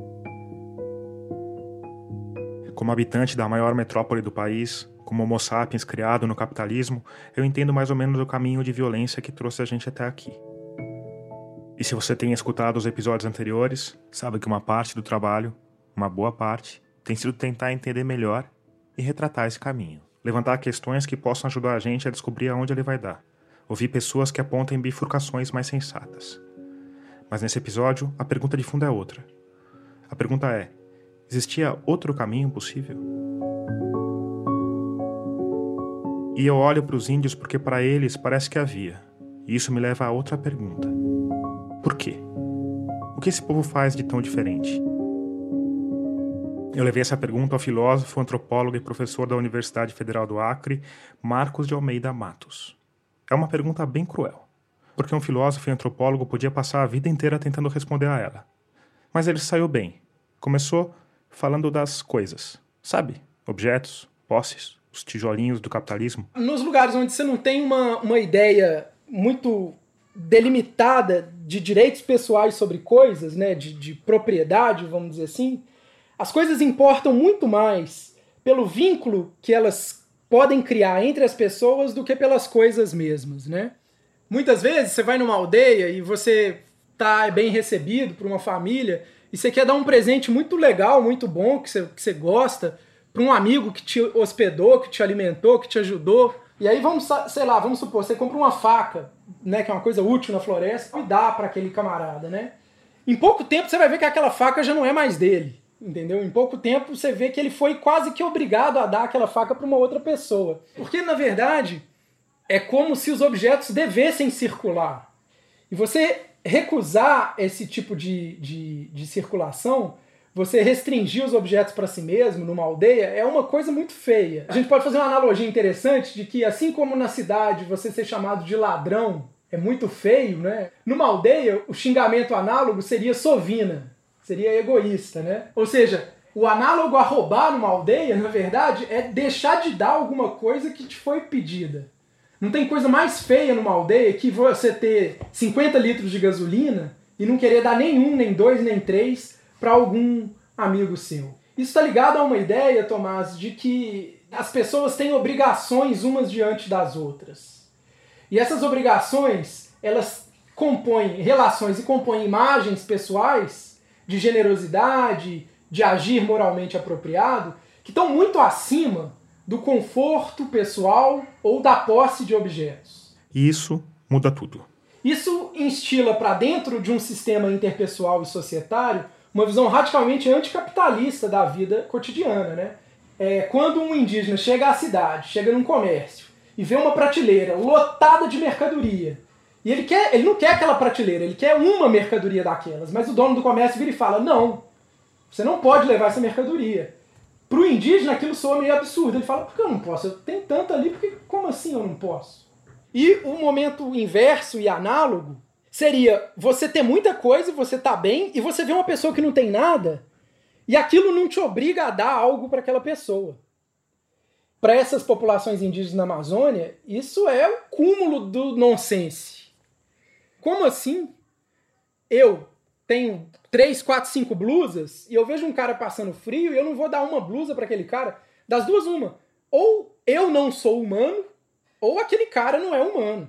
Como habitante da maior metrópole do país, como homo sapiens criado no capitalismo, eu entendo mais ou menos o caminho de violência que trouxe a gente até aqui. E se você tem escutado os episódios anteriores, sabe que uma parte do trabalho, uma boa parte, tem sido tentar entender melhor e retratar esse caminho. Levantar questões que possam ajudar a gente a descobrir aonde ele vai dar. ouvir pessoas que apontem bifurcações mais sensatas. Mas nesse episódio, a pergunta de fundo é outra. A pergunta é: existia outro caminho possível? E eu olho para os índios porque para eles parece que havia. E isso me leva a outra pergunta. Por quê? O que esse povo faz de tão diferente? Eu levei essa pergunta ao filósofo, antropólogo e professor da Universidade Federal do Acre, Marcos de Almeida Matos. É uma pergunta bem cruel, porque um filósofo e antropólogo podia passar a vida inteira tentando responder a ela. Mas ele saiu bem. Começou falando das coisas, sabe? Objetos, posses, os tijolinhos do capitalismo.
Nos lugares onde você não tem uma ideia muito delimitada de direitos pessoais sobre coisas, né, de propriedade, vamos dizer assim, as coisas importam muito mais pelo vínculo que elas podem criar entre as pessoas do que pelas coisas mesmas, né? Muitas vezes você vai numa aldeia e você tá bem recebido por uma família e você quer dar um presente muito legal, muito bom, que você gosta, para um amigo que te hospedou, que te alimentou, que te ajudou. E aí vamos supor, você compra uma faca, né, que é uma coisa útil na floresta, e dá para aquele camarada, né? Em pouco tempo você vai ver que aquela faca já não é mais dele. Entendeu? Em pouco tempo você vê que ele foi quase que obrigado a dar aquela faca para uma outra pessoa. Porque, na verdade, é como se os objetos devessem circular. E você recusar esse tipo de circulação, você restringir os objetos para si mesmo numa aldeia, é uma coisa muito feia. A gente pode fazer uma analogia interessante de que, assim como na cidade você ser chamado de ladrão é muito feio, né? Numa aldeia, o xingamento análogo seria sovina. Seria egoísta, né? Ou seja, o análogo a roubar numa aldeia, na verdade, é deixar de dar alguma coisa que te foi pedida. Não tem coisa mais feia numa aldeia que você ter 50 litros de gasolina e não querer dar nenhum, nem dois, nem três para algum amigo seu. Isso está ligado a uma ideia, Tomás, de que as pessoas têm obrigações umas diante das outras. E essas obrigações, elas compõem relações e compõem imagens pessoais de generosidade, de agir moralmente apropriado, que estão muito acima do conforto pessoal ou da posse de objetos.
E isso muda tudo.
Isso instila para dentro de um sistema interpessoal e societário uma visão radicalmente anticapitalista da vida cotidiana, né? Quando um indígena chega à cidade, chega num comércio e vê uma prateleira lotada de mercadoria, e ele não quer aquela prateleira, ele quer uma mercadoria daquelas, mas o dono do comércio vira e fala: não, você não pode levar essa mercadoria. Para o indígena aquilo soa meio absurdo. Ele fala: por que eu não posso? Eu tenho tanto ali, como assim eu não posso? E o momento inverso e análogo seria você ter muita coisa, você tá bem, e você vê uma pessoa que não tem nada, e aquilo não te obriga a dar algo para aquela pessoa. Para essas populações indígenas na Amazônia, isso é o cúmulo do nonsense. Como assim? Eu tenho 3, 4, 5 blusas e eu vejo um cara passando frio e eu não vou dar uma blusa para aquele cara? Das duas, uma. Ou eu não sou humano, ou aquele cara não é humano.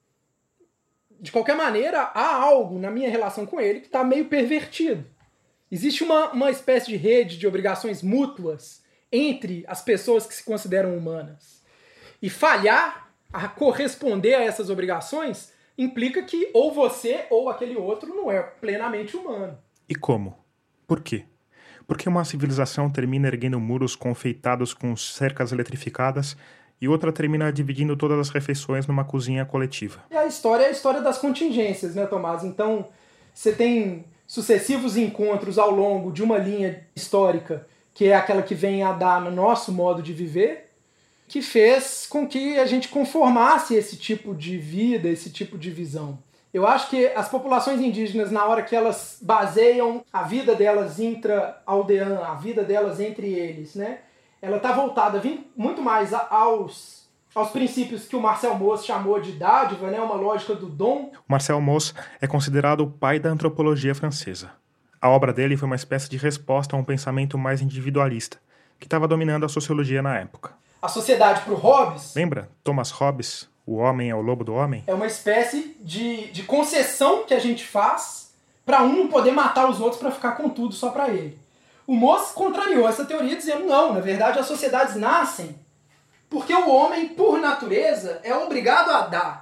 De qualquer maneira, há algo na minha relação com ele que está meio pervertido. Existe uma espécie de rede de obrigações mútuas entre as pessoas que se consideram humanas. E falhar a corresponder a essas obrigações implica que ou você ou aquele outro não é plenamente humano.
E como? Por quê? Por que uma civilização termina erguendo muros confeitados com cercas eletrificadas e outra termina dividindo todas as refeições numa cozinha coletiva?
E a história é a história das contingências, né, Tomás? Então, você tem sucessivos encontros ao longo de uma linha histórica, que é aquela que vem a dar no nosso modo de viver, que fez com que a gente conformasse esse tipo de vida, esse tipo de visão. Eu acho que as populações indígenas, na hora que elas baseiam a vida delas intra-aldeã, a vida delas entre eles, né, ela está voltada muito mais aos princípios que o Marcel Mauss chamou de dádiva, né, uma lógica do dom.
O Marcel Mauss é considerado o pai da antropologia francesa. A obra dele foi uma espécie de resposta a um pensamento mais individualista, que estava dominando a sociologia na época.
A sociedade para o Hobbes...
Lembra? Thomas Hobbes, o homem é o lobo do homem?
É uma espécie de concessão que a gente faz para um não poder matar os outros para ficar com tudo só para ele. O Mauss contrariou essa teoria dizendo: não, na verdade as sociedades nascem porque o homem, por natureza, é obrigado a dar.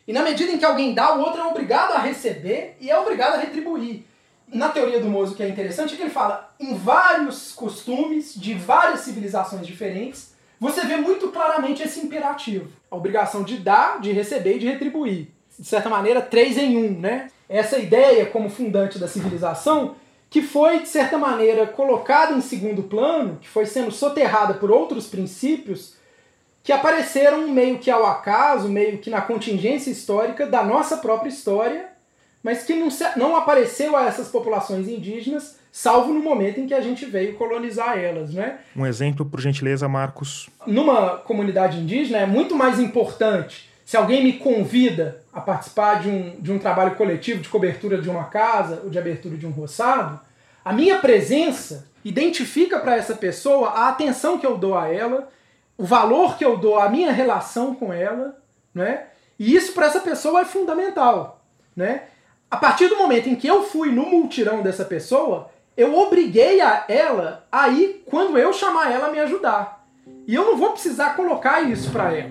E na medida em que alguém dá, o outro é obrigado a receber e é obrigado a retribuir. Na teoria do Mose, o que é interessante é que ele fala, em vários costumes de várias civilizações diferentes, você vê muito claramente esse imperativo. A obrigação de dar, de receber e de retribuir. De certa maneira, 3 em 1, né? Essa ideia como fundante da civilização, que foi, de certa maneira, colocada em segundo plano, que foi sendo soterrada por outros princípios, que apareceram meio que ao acaso, meio que na contingência histórica da nossa própria história, mas que não apareceu a essas populações indígenas, salvo no momento em que a gente veio colonizar elas, né?
Um exemplo, por gentileza, Marcos.
Numa comunidade indígena é muito mais importante, se alguém me convida a participar de um trabalho coletivo de cobertura de uma casa ou de abertura de um roçado, a minha presença identifica para essa pessoa a atenção que eu dou a ela, o valor que eu dou à minha relação com ela, né? E isso para essa pessoa é fundamental, né? A partir do momento em que eu fui no multirão dessa pessoa, eu obriguei a ela a ir quando eu chamar ela a me ajudar. E eu não vou precisar colocar isso para ela.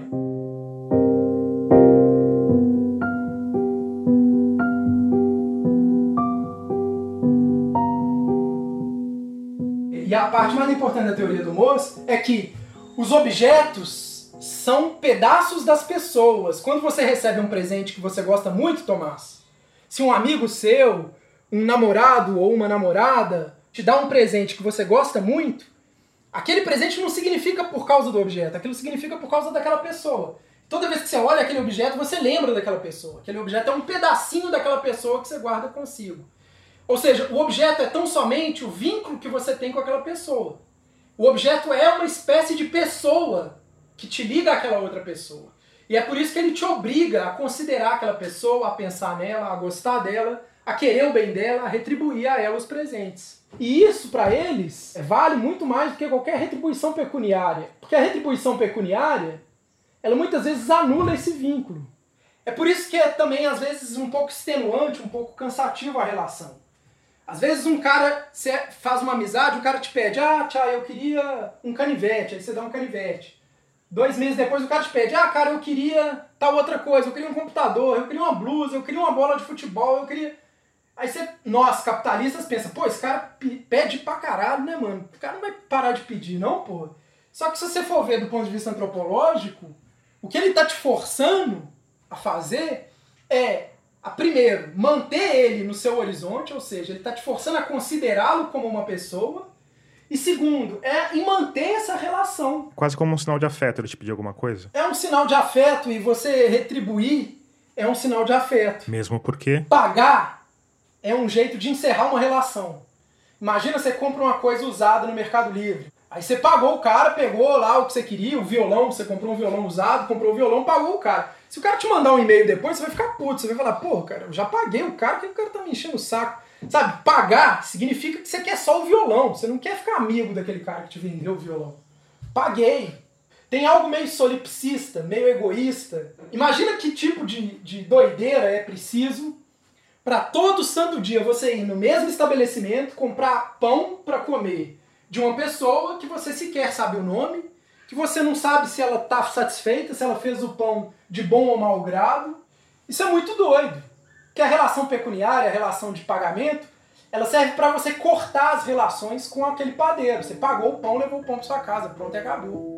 E a parte mais importante da teoria do Mose é que os objetos são pedaços das pessoas. Quando você recebe um presente que você gosta muito, Tomás, se um amigo seu, um namorado ou uma namorada te dá um presente que você gosta muito, aquele presente não significa por causa do objeto, aquilo significa por causa daquela pessoa. Toda vez que você olha aquele objeto, você lembra daquela pessoa. Aquele objeto é um pedacinho daquela pessoa que você guarda consigo. Ou seja, o objeto é tão somente o vínculo que você tem com aquela pessoa. O objeto é uma espécie de pessoa que te liga àquela outra pessoa. E é por isso que ele te obriga a considerar aquela pessoa, a pensar nela, a gostar dela, a querer o bem dela, a retribuir a ela os presentes. E isso, para eles, vale muito mais do que qualquer retribuição pecuniária. Porque a retribuição pecuniária, ela muitas vezes anula esse vínculo. É por isso que é também, às vezes, um pouco extenuante, um pouco cansativo a relação. Às vezes um cara, você faz uma amizade, o cara te pede, tia, eu queria um canivete, aí você dá um canivete. 2 meses depois o cara te pede, cara, eu queria tal outra coisa, eu queria um computador, eu queria uma blusa, eu queria uma bola de futebol, eu queria... Aí você, nós, capitalistas, pensa, esse cara pede pra caralho, né, mano? O cara não vai parar de pedir, não, pô. Só que se você for ver do ponto de vista antropológico, o que ele tá te forçando a fazer é... primeiro, manter ele no seu horizonte, ou seja, ele está te forçando a considerá-lo como uma pessoa. E segundo, em manter essa relação.
Quase como um sinal de afeto, ele te pedir alguma coisa?
É um sinal de afeto e você retribuir é um sinal de afeto.
Mesmo porque...
Pagar é um jeito de encerrar uma relação. Imagina você compra uma coisa usada no Mercado Livre. Aí você pagou o cara, pegou lá o que você queria, o violão, você comprou um violão usado, comprou o violão, pagou o cara. Se o cara te mandar um e-mail depois, você vai ficar puto, você vai falar, cara, eu já paguei o cara, que o cara tá me enchendo o saco? Sabe, pagar significa que você quer só o violão, você não quer ficar amigo daquele cara que te vendeu o violão. Paguei. Tem algo meio solipsista, meio egoísta. Imagina que tipo de doideira é preciso para todo santo dia você ir no mesmo estabelecimento, comprar pão para comer de uma pessoa que você sequer sabe o nome, que você não sabe se ela está satisfeita, se ela fez o pão de bom ou mau grado. Isso é muito doido. Porque a relação pecuniária, a relação de pagamento, ela serve para você cortar as relações com aquele padeiro. Você pagou o pão, levou o pão para sua casa, pronto, e acabou.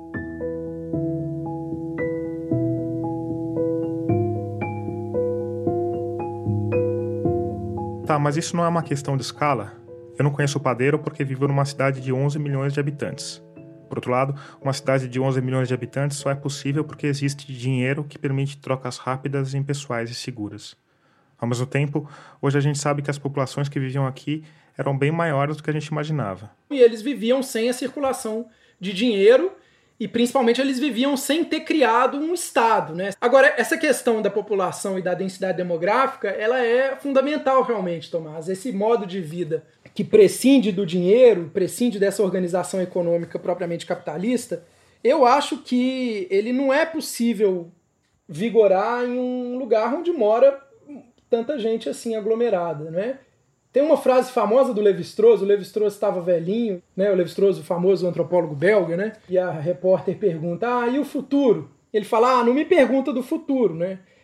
Tá, mas isso não é uma questão de escala? Eu não conheço o padeiro porque vivo numa cidade de 11 milhões de habitantes. Por outro lado, uma cidade de 11 milhões de habitantes só é possível porque existe dinheiro que permite trocas rápidas, impessoais e seguras. Ao mesmo tempo, hoje a gente sabe que as populações que viviam aqui eram bem maiores do que a gente imaginava.
E eles viviam sem a circulação de dinheiro e principalmente eles viviam sem ter criado um Estado, né? Agora, essa questão da população e da densidade demográfica, ela é fundamental realmente, Tomás. Esse modo de vida que prescinde do dinheiro, prescinde dessa organização econômica propriamente capitalista, eu acho que ele não é possível vigorar em um lugar onde mora tanta gente assim aglomerada, né? Tem uma frase famosa do Lévi-Strauss, o Lévi-Strauss estava velhinho, né? O Lévi-Strauss, o famoso antropólogo belga, né? E a repórter pergunta, e o futuro? Ele fala, não me pergunta do futuro, né?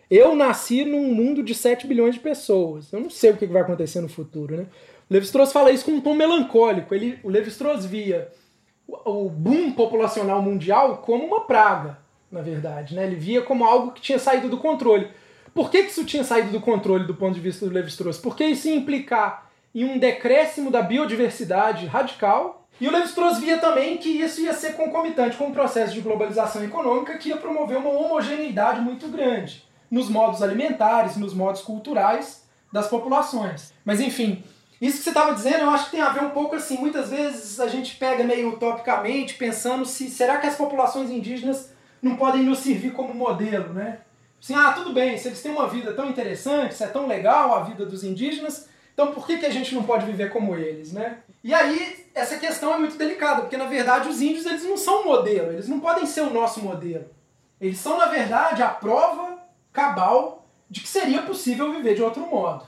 Eu nasci num mundo de 7 bilhões de pessoas. Eu não sei o que vai acontecer no futuro, né? O Lévi-Strauss fala isso com um tom melancólico. O Lévi-Strauss via o boom populacional mundial como uma praga, na verdade, né? Ele via como algo que tinha saído do controle. Por que isso tinha saído do controle do ponto de vista do Lévi-Strauss? Porque isso ia implicar em um decréscimo da biodiversidade radical. E o Lévi-Strauss via também que isso ia ser concomitante com o processo de globalização econômica que ia promover uma homogeneidade muito grande nos modos alimentares, nos modos culturais das populações. Mas enfim, isso que você estava dizendo, eu acho que tem a ver um pouco assim, muitas vezes a gente pega meio utopicamente, pensando se será que as populações indígenas não podem nos servir como modelo, né? Assim, tudo bem, se eles têm uma vida tão interessante, se é tão legal a vida dos indígenas, então por que a gente não pode viver como eles, né? E aí, essa questão é muito delicada, porque na verdade os índios eles não são um modelo, eles não podem ser o nosso modelo. Eles são, na verdade, a prova cabal de que seria possível viver de outro modo.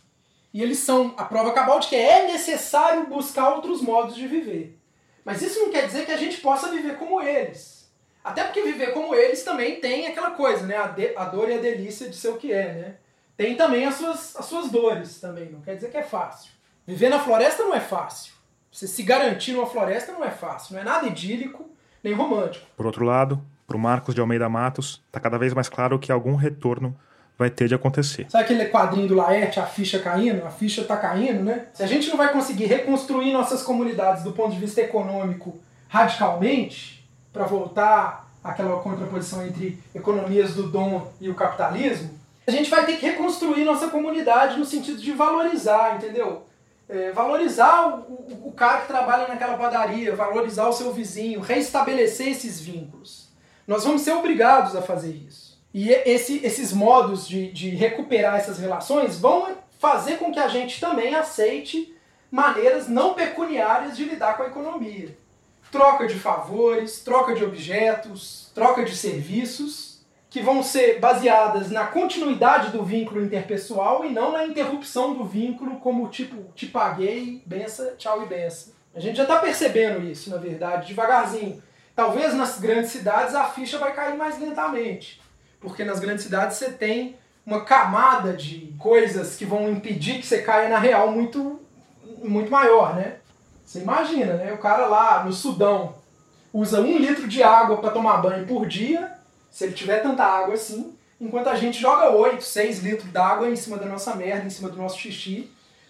E eles são a prova cabal de que é necessário buscar outros modos de viver. Mas isso não quer dizer que a gente possa viver como eles. Até porque viver como eles também tem aquela coisa, né? A dor e a delícia de ser o que é, né? Tem também as suas dores também, não quer dizer que é fácil. Viver na floresta não é fácil. Você se garantir numa floresta não é fácil. Não é nada idílico, nem romântico.
Por outro lado, para o Marcos de Almeida Matos, está cada vez mais claro que algum retorno vai ter de acontecer.
Sabe aquele quadrinho do Laerte, a ficha caindo? A ficha está caindo, né? Se a gente não vai conseguir reconstruir nossas comunidades do ponto de vista econômico radicalmente, para voltar àquela contraposição entre economias do dom e o capitalismo, a gente vai ter que reconstruir nossa comunidade no sentido de valorizar, entendeu? Valorizar o cara que trabalha naquela padaria, valorizar o seu vizinho, reestabelecer esses vínculos. Nós vamos ser obrigados a fazer isso. E esses modos de recuperar essas relações vão fazer com que a gente também aceite maneiras não pecuniárias de lidar com a economia. Troca de favores, troca de objetos, troca de serviços, que vão ser baseadas na continuidade do vínculo interpessoal e não na interrupção do vínculo como tipo, te paguei, benção, tchau e benção. A gente já está percebendo isso, na verdade, devagarzinho. Talvez nas grandes cidades a ficha vai cair mais lentamente, porque nas grandes cidades você tem uma camada de coisas que vão impedir que você caia na real muito, muito maior, né? Você imagina, né? O cara lá no Sudão usa 1 litro de água para tomar banho por dia, se ele tiver tanta água assim, enquanto a gente joga 8, 6 litros d'água em cima da nossa merda, em cima do nosso xixi,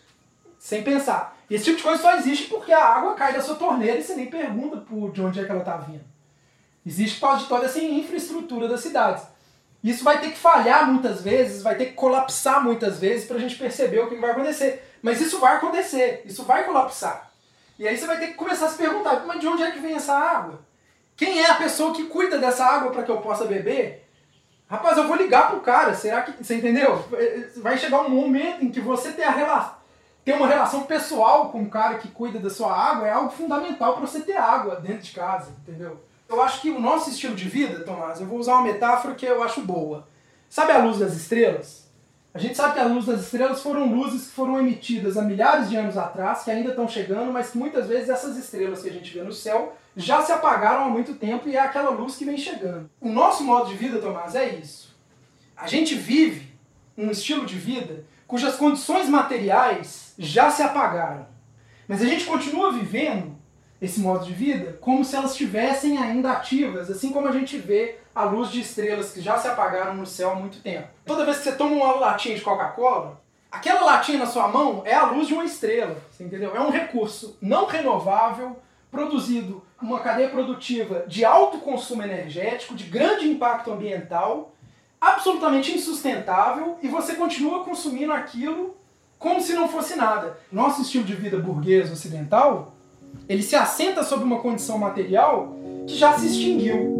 sem pensar. E esse tipo de coisa só existe porque a água cai da sua torneira e você nem pergunta de onde é que ela está vindo. Existe por causa de toda essa infraestrutura das cidades. Isso vai ter que falhar muitas vezes, vai ter que colapsar muitas vezes para a gente perceber o que vai acontecer. Mas isso vai acontecer, isso vai colapsar. E aí você vai ter que começar a se perguntar, mas de onde é que vem essa água? Quem é a pessoa que cuida dessa água para que eu possa beber? Rapaz, eu vou ligar pro cara, será que... Você entendeu? Vai chegar um momento em que você ter uma relação pessoal com o cara que cuida da sua água é algo fundamental para você ter água dentro de casa, entendeu? Eu acho que o nosso estilo de vida, Tomás, eu vou usar uma metáfora que eu acho boa. Sabe a luz das estrelas? A gente sabe que a luz das estrelas foram luzes que foram emitidas há milhares de anos atrás, que ainda estão chegando, mas que muitas vezes essas estrelas que a gente vê no céu já se apagaram há muito tempo e é aquela luz que vem chegando. O nosso modo de vida, Tomás, é isso. A gente vive um estilo de vida cujas condições materiais já se apagaram. Mas a gente continua vivendo esse modo de vida como se elas estivessem ainda ativas, assim como a gente vê a luz de estrelas que já se apagaram no céu há muito tempo. Toda vez que você toma uma latinha de Coca-Cola, aquela latinha na sua mão é a luz de uma estrela, você entendeu? É um recurso não renovável, produzido uma cadeia produtiva de alto consumo energético, de grande impacto ambiental, absolutamente insustentável, e você continua consumindo aquilo como se não fosse nada. Nosso estilo de vida burguês ocidental, ele se assenta sobre uma condição material que já se extinguiu.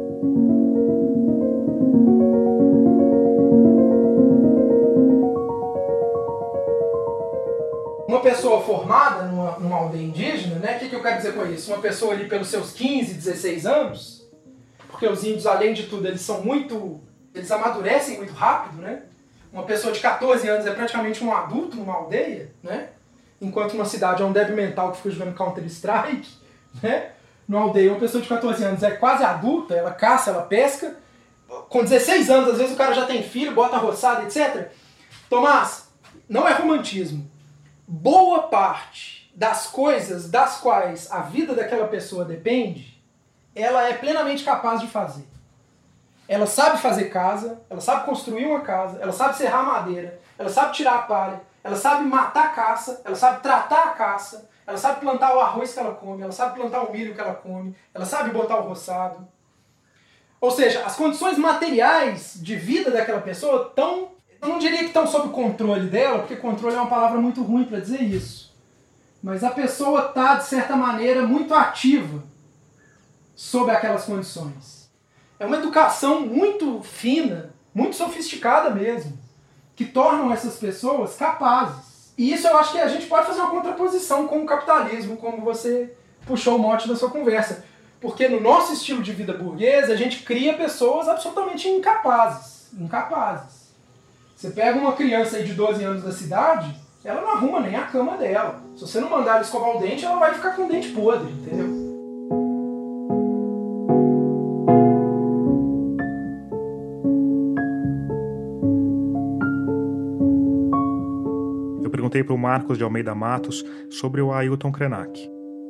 Uma pessoa formada numa aldeia indígena, né? O que eu quero dizer com isso? Uma pessoa ali pelos seus 15, 16 anos, porque os índios, além de tudo, eles amadurecem muito rápido, né? Uma pessoa de 14 anos é praticamente um adulto numa aldeia, né? Enquanto uma cidade é um débil mental que fica jogando Counter-Strike, né? Numa aldeia, uma pessoa de 14 anos é quase adulta, ela caça, ela pesca. com 16 anos, às vezes o cara já tem filho, bota roçada, etc. Tomás, não é romantismo. Boa parte das coisas das quais a vida daquela pessoa depende, ela é plenamente capaz de fazer. Ela sabe fazer casa, ela sabe construir uma casa, ela sabe serrar madeira, ela sabe tirar a palha, ela sabe matar a caça, ela sabe tratar a caça, ela sabe plantar o arroz que ela come, ela sabe plantar o milho que ela come, ela sabe botar o roçado. Ou seja, as condições materiais de vida daquela pessoa estão, eu não diria que estão sob controle dela, porque controle é uma palavra muito ruim para dizer isso. Mas a pessoa está, de certa maneira, muito ativa sobre aquelas condições. É uma educação muito fina, muito sofisticada mesmo, que tornam essas pessoas capazes. E isso eu acho que a gente pode fazer uma contraposição com o capitalismo, como você puxou o mote da sua conversa. Porque no nosso estilo de vida burguês, a gente cria pessoas absolutamente incapazes. Você pega uma criança aí de 12 anos da cidade, ela não arruma nem a cama dela. Se você não mandar ela escovar o dente, ela vai ficar com o dente podre, entendeu?
Eu perguntei para o Marcos de Almeida Matos sobre o Ailton Krenak.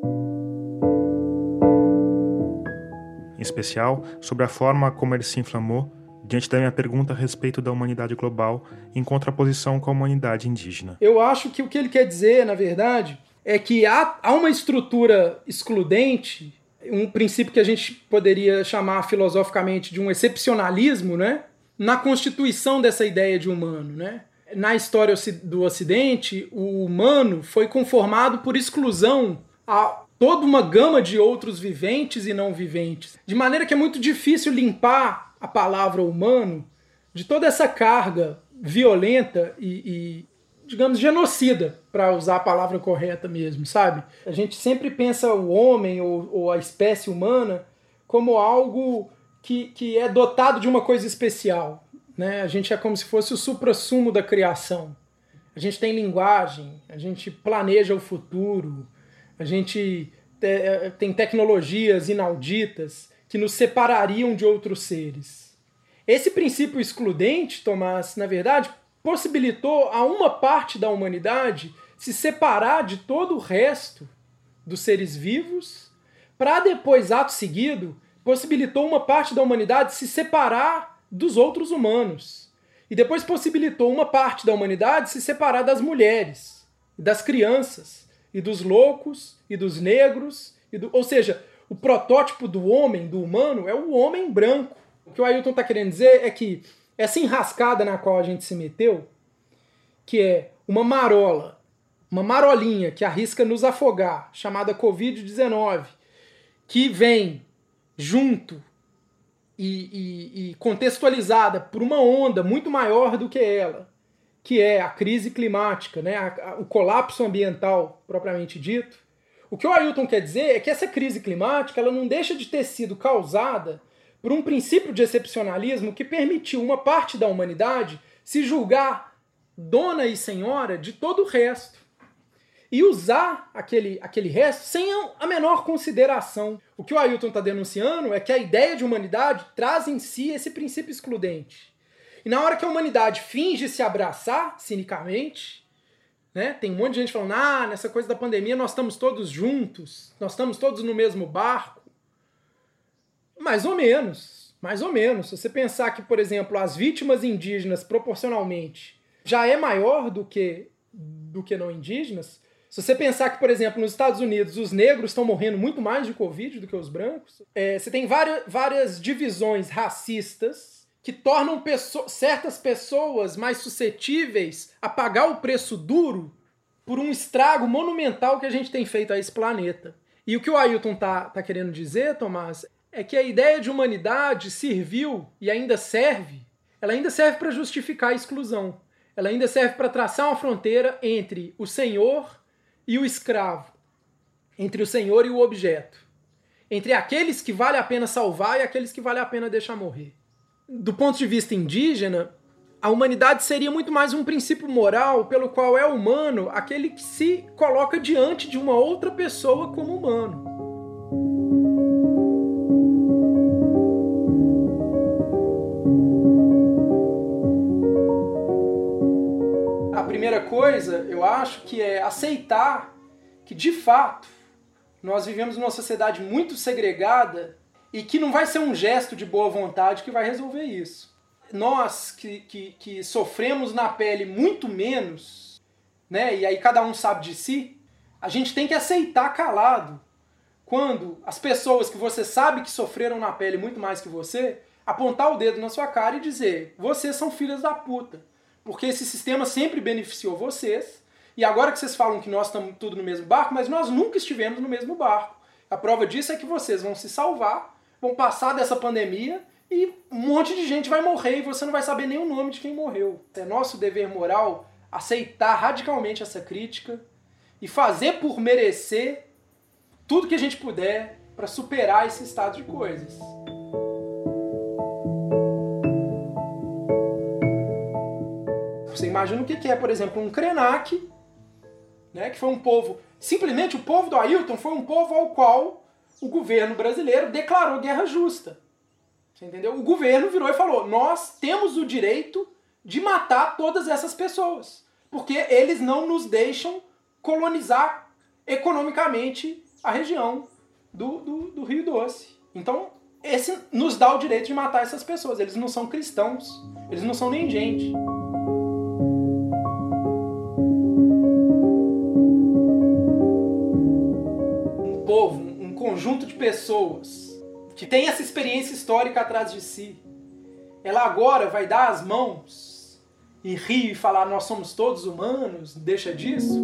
Em especial, sobre a forma como ele se inflamou diante da minha pergunta a respeito da humanidade global em contraposição com a humanidade indígena.
Eu acho que o que ele quer dizer, na verdade, é que há uma estrutura excludente, um princípio que a gente poderia chamar filosoficamente de um excepcionalismo, né? Na constituição dessa ideia de humano, né? Na história do Ocidente, o humano foi conformado por exclusão a toda uma gama de outros viventes e não viventes. De maneira que é muito difícil limpar a palavra humano de toda essa carga violenta e digamos, genocida, para usar a palavra correta mesmo, sabe? A gente sempre pensa o homem ou a espécie humana como algo que é dotado de uma coisa especial, né? A gente é como se fosse o suprassumo da criação. A gente tem linguagem, a gente planeja o futuro, a gente tem tecnologias inauditas que nos separariam de outros seres. Esse princípio excludente, Tomás, na verdade, possibilitou a uma parte da humanidade se separar de todo o resto dos seres vivos, para depois, ato seguido, possibilitou uma parte da humanidade se separar dos outros humanos. E depois possibilitou uma parte da humanidade se separar das mulheres, das crianças, e dos loucos, e dos negros, ou seja, o protótipo do homem, do humano, é o homem branco. O que o Ailton está querendo dizer é que essa enrascada na qual a gente se meteu, que é uma marola, uma marolinha que arrisca nos afogar, chamada Covid-19, que vem junto e contextualizada por uma onda muito maior do que ela, que é a crise climática, né? O colapso ambiental propriamente dito. O que o Ailton quer dizer é que essa crise climática ela não deixa de ter sido causada por um princípio de excepcionalismo que permitiu uma parte da humanidade se julgar dona e senhora de todo o resto e usar aquele resto sem a menor consideração. O que o Ailton está denunciando é que a ideia de humanidade traz em si esse princípio excludente. E na hora que a humanidade finge se abraçar, cinicamente, né, tem um monte de gente falando, nessa coisa da pandemia nós estamos todos juntos, nós estamos todos no mesmo barco. Mais ou menos. Se você pensar que, por exemplo, as vítimas indígenas proporcionalmente já é maior do que não indígenas, se você pensar que, por exemplo, nos Estados Unidos os negros estão morrendo muito mais de Covid do que os brancos, você tem várias divisões racistas que tornam certas pessoas mais suscetíveis a pagar o preço duro por um estrago monumental que a gente tem feito a esse planeta. E o que o Ailton tá querendo dizer, Tomás, é que a ideia de humanidade serviu e ainda serve, ela ainda serve para justificar a exclusão. Ela ainda serve para traçar uma fronteira entre o senhor e o escravo, entre o senhor e o objeto, entre aqueles que vale a pena salvar e aqueles que vale a pena deixar morrer. Do ponto de vista indígena, a humanidade seria muito mais um princípio moral pelo qual é humano aquele que se coloca diante de uma outra pessoa como humano. coisa, eu acho, que é aceitar que, de fato, nós vivemos numa sociedade muito segregada e que não vai ser um gesto de boa vontade que vai resolver isso. Nós que sofremos na pele muito menos, né, e aí cada um sabe de si, a gente tem que aceitar calado quando as pessoas que você sabe que sofreram na pele muito mais que você, apontar o dedo na sua cara e dizer: vocês são filhas da puta, porque esse sistema sempre beneficiou vocês, e agora que vocês falam que nós estamos tudo no mesmo barco, mas nós nunca estivemos no mesmo barco. A prova disso é que vocês vão se salvar, vão passar dessa pandemia e um monte de gente vai morrer e você não vai saber nem o nome de quem morreu. É nosso dever moral aceitar radicalmente essa crítica e fazer por merecer tudo que a gente puder para superar esse estado de coisas. Você imagina o que é, por exemplo, um Krenak, né, que foi um povo... Simplesmente o povo do Ailton foi um povo ao qual o governo brasileiro declarou guerra justa. Você entendeu? O governo virou e falou: nós temos o direito de matar todas essas pessoas, porque eles não nos deixam colonizar economicamente a região do Rio Doce. Então, esse nos dá o direito de matar essas pessoas. Eles não são cristãos, eles não são nem gente. Um povo, um conjunto de pessoas que tem essa experiência histórica atrás de si, ela agora vai dar as mãos e rir e falar: nós somos todos humanos, deixa disso?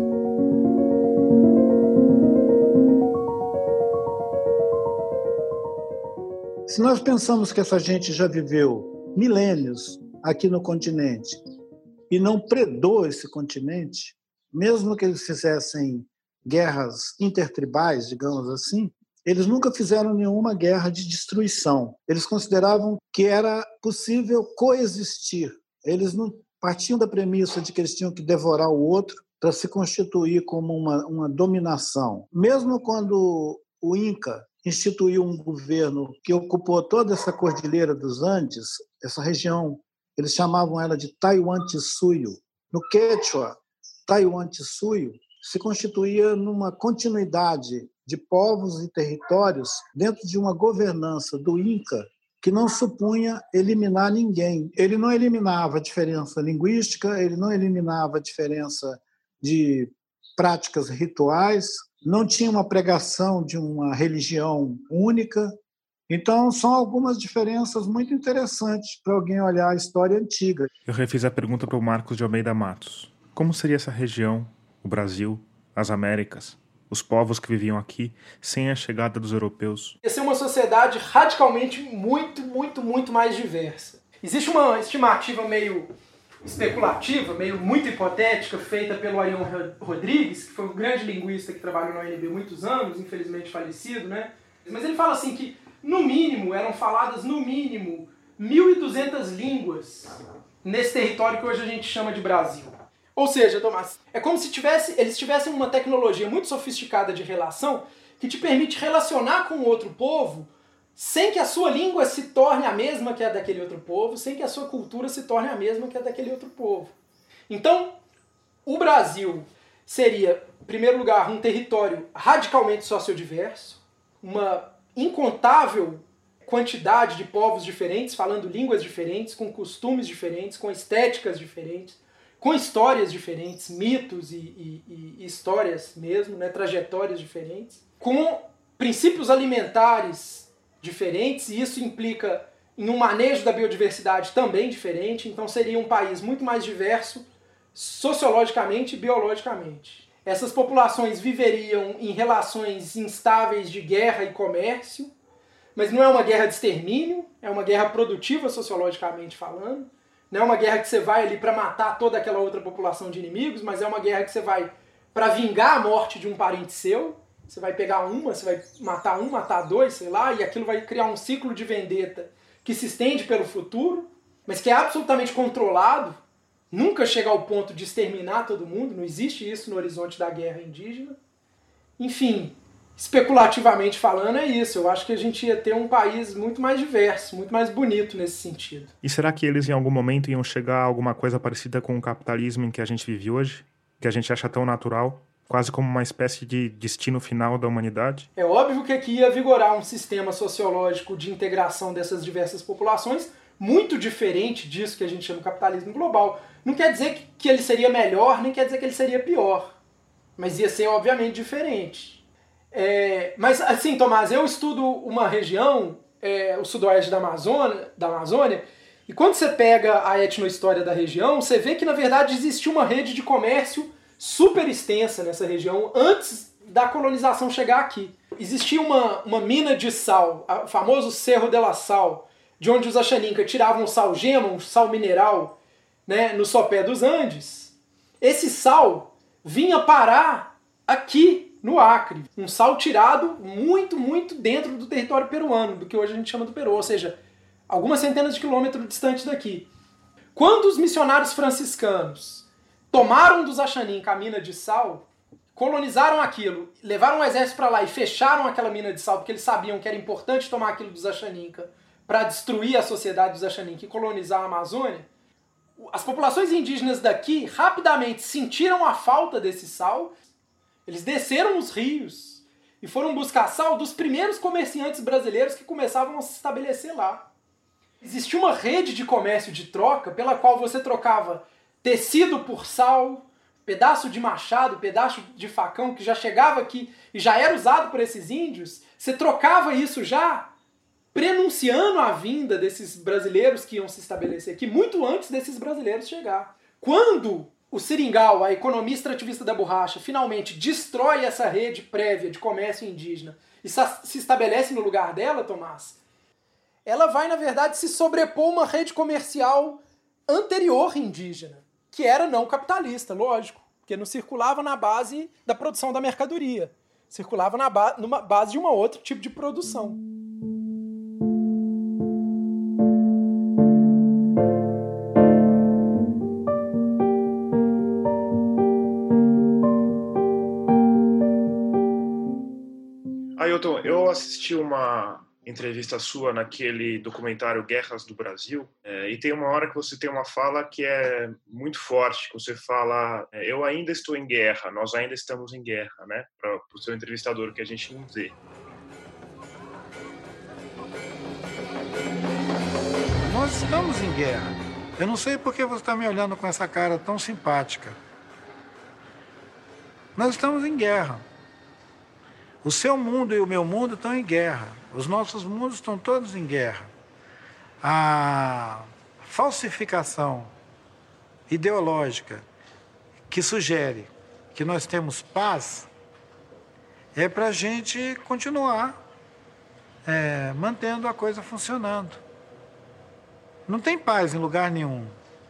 Se nós pensamos que essa gente já viveu milênios aqui no continente e não predou esse continente, mesmo que eles fizessem guerras intertribais, digamos assim, eles nunca fizeram nenhuma guerra de destruição. Eles consideravam que era possível coexistir. Eles não partiam da premissa de que eles tinham que devorar o outro para se constituir como uma dominação. Mesmo quando o Inca instituiu um governo que ocupou toda essa cordilheira dos Andes, essa região, eles chamavam ela de Taiwan-Tisuyo. No Quechua, Taiwan-Tisuyo se constituía numa continuidade de povos e territórios dentro de uma governança do Inca que não supunha eliminar ninguém. Ele não eliminava a diferença linguística, ele não eliminava a diferença de práticas rituais, não tinha uma pregação de uma religião única. Então, são algumas diferenças muito interessantes para alguém olhar a história antiga.
Eu refiz a pergunta para o Marcos de Almeida Matos. Como seria essa região, o Brasil, as Américas, os povos que viviam aqui sem a chegada dos europeus?
Ia ser uma sociedade radicalmente muito mais diversa. Existe uma estimativa meio especulativa, muito hipotética, feita pelo Arion Rodrigues, que foi um grande linguista que trabalhou na UNB há muitos anos, infelizmente falecido, né? Mas ele fala assim que, no mínimo, eram faladas, 1.200 línguas nesse território que hoje a gente chama de Brasil. Ou seja, Tomás, é como se eles tivessem uma tecnologia muito sofisticada de relação que te permite relacionar com outro povo sem que a sua língua se torne a mesma que a daquele outro povo, sem que a sua cultura se torne a mesma que a daquele outro povo. Então, o Brasil seria, em primeiro lugar, um território radicalmente sociodiverso, uma incontável quantidade de povos diferentes, falando línguas diferentes, com costumes diferentes, com estéticas diferentes, com histórias diferentes, mitos e histórias mesmo, né, trajetórias diferentes, com princípios alimentares diferentes, e isso implica em um manejo da biodiversidade também diferente. Então seria um país muito mais diverso sociologicamente e biologicamente. Essas populações viveriam em relações instáveis de guerra e comércio, mas não é uma guerra de extermínio, é uma guerra produtiva sociologicamente falando. Não é uma guerra que você vai ali para matar toda aquela outra população de inimigos, mas é uma guerra que você vai para vingar a morte de um parente seu. Você vai pegar você vai matar matar dois, sei lá, e aquilo vai criar um ciclo de vendetta que se estende pelo futuro, mas que é absolutamente controlado. Nunca chega ao ponto de exterminar todo mundo, não existe isso no horizonte da guerra indígena. Enfim, especulativamente falando, é isso. Eu acho que a gente ia ter um país muito mais diverso, muito mais bonito nesse sentido.
E será que eles em algum momento iam chegar a alguma coisa parecida com o capitalismo em que a gente vive hoje? que a gente acha tão natural, quase como uma espécie de destino final da humanidade?
É óbvio que aqui ia vigorar um sistema sociológico de integração dessas diversas populações muito diferente disso que a gente chama de capitalismo global. Não quer dizer que ele seria melhor, nem quer dizer que ele seria pior. Mas ia ser, obviamente, diferente. Mas, assim, Tomás, eu estudo uma região, o sudoeste da Amazônia, e quando você pega a etnohistória da região, você vê que, na verdade, existia uma rede de comércio super extensa nessa região antes da colonização chegar aqui. Existia uma mina de sal, o famoso Cerro de la Sal, de onde os Achaninca tiravam o sal gema, um sal mineral, né, no sopé dos Andes. Esse sal vinha parar aqui no Acre. Um sal tirado muito, muito dentro do território peruano, do que hoje a gente chama do Peru, ou seja, algumas centenas de quilômetros distante daqui. Quando os missionários franciscanos tomaram dos Achaninca a mina de sal, colonizaram aquilo, levaram um exército para lá e fecharam aquela mina de sal, porque eles sabiam que era importante tomar aquilo dos Achaninca para destruir a sociedade dos Achaninca e colonizar a Amazônia, as populações indígenas daqui rapidamente sentiram a falta desse sal, eles desceram os rios e foram buscar sal dos primeiros comerciantes brasileiros que começavam a se estabelecer lá. Existia uma rede de comércio de troca pela qual você trocava tecido por sal, pedaço de machado, pedaço de facão que já chegava aqui e já era usado por esses índios, você trocava isso já prenunciando a vinda desses brasileiros que iam se estabelecer aqui muito antes desses brasileiros chegar. Quando o Seringal, a economia extrativista da borracha, finalmente destrói essa rede prévia de comércio indígena e se estabelece no lugar dela, Tomás, ela vai, na verdade, se sobrepor uma rede comercial anterior indígena, que era não capitalista, lógico, porque não circulava na base da produção da mercadoria, circulava numa base de um outro tipo de produção.
Ailton, eu assisti uma entrevista sua naquele documentário Guerras do Brasil, e tem uma hora que você tem uma fala que é muito forte, que você fala, eu ainda estou em guerra, nós ainda estamos em guerra, né? Para o seu entrevistador, que a gente não vê.
Nós estamos em guerra. Eu não sei por que você está me olhando com essa cara tão simpática. Nós estamos em guerra. O seu mundo e o meu mundo estão em guerra. Os nossos mundos estão todos em guerra. A falsificação ideológica que sugere que nós temos paz é para a gente continuar mantendo a coisa funcionando. Não tem paz em lugar nenhum.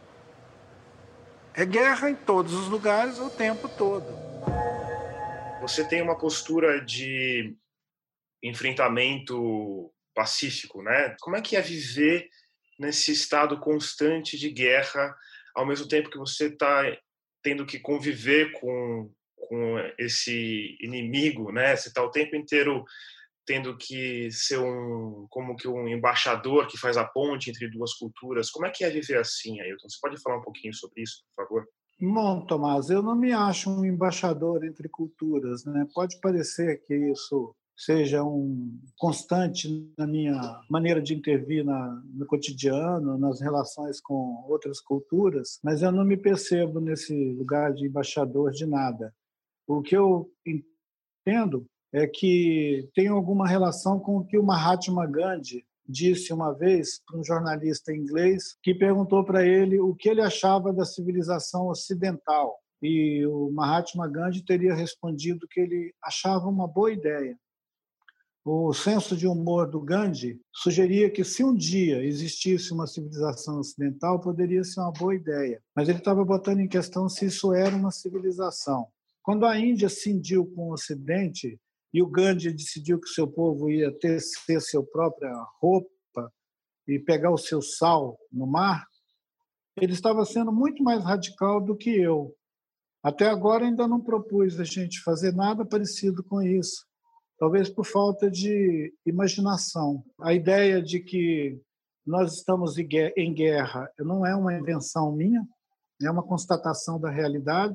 É guerra em todos os lugares o tempo todo.
Você tem uma postura de enfrentamento pacífico, né? Como é que é viver nesse estado constante de guerra, ao mesmo tempo que você está tendo que conviver com esse inimigo, né? Você está o tempo inteiro tendo que ser como que um embaixador que faz a ponte entre duas culturas. Como é que é viver assim, Ailton? Você pode falar um pouquinho sobre isso, por favor?
Bom, Tomás, eu não me acho um embaixador entre culturas, né? Pode parecer que isso seja um constante na minha maneira de intervir no cotidiano, nas relações com outras culturas, mas eu não me percebo nesse lugar de embaixador de nada. O que eu entendo é que tem alguma relação com o que o Mahatma Gandhi disse uma vez para um jornalista inglês que perguntou para ele o que ele achava da civilização ocidental. E o Mahatma Gandhi teria respondido que ele achava uma boa ideia. O senso de humor do Gandhi sugeria que se um dia existisse uma civilização ocidental, poderia ser uma boa ideia. Mas ele estava botando em questão se isso era uma civilização. Quando a Índia cindiu com o Ocidente, e o Gandhi decidiu que o seu povo ia tecer sua própria roupa e pegar o seu sal no mar, ele estava sendo muito mais radical do que eu. Até agora ainda não propus a gente fazer nada parecido com isso, talvez por falta de imaginação. A ideia de que nós estamos em guerra não é uma invenção minha, é uma constatação da realidade.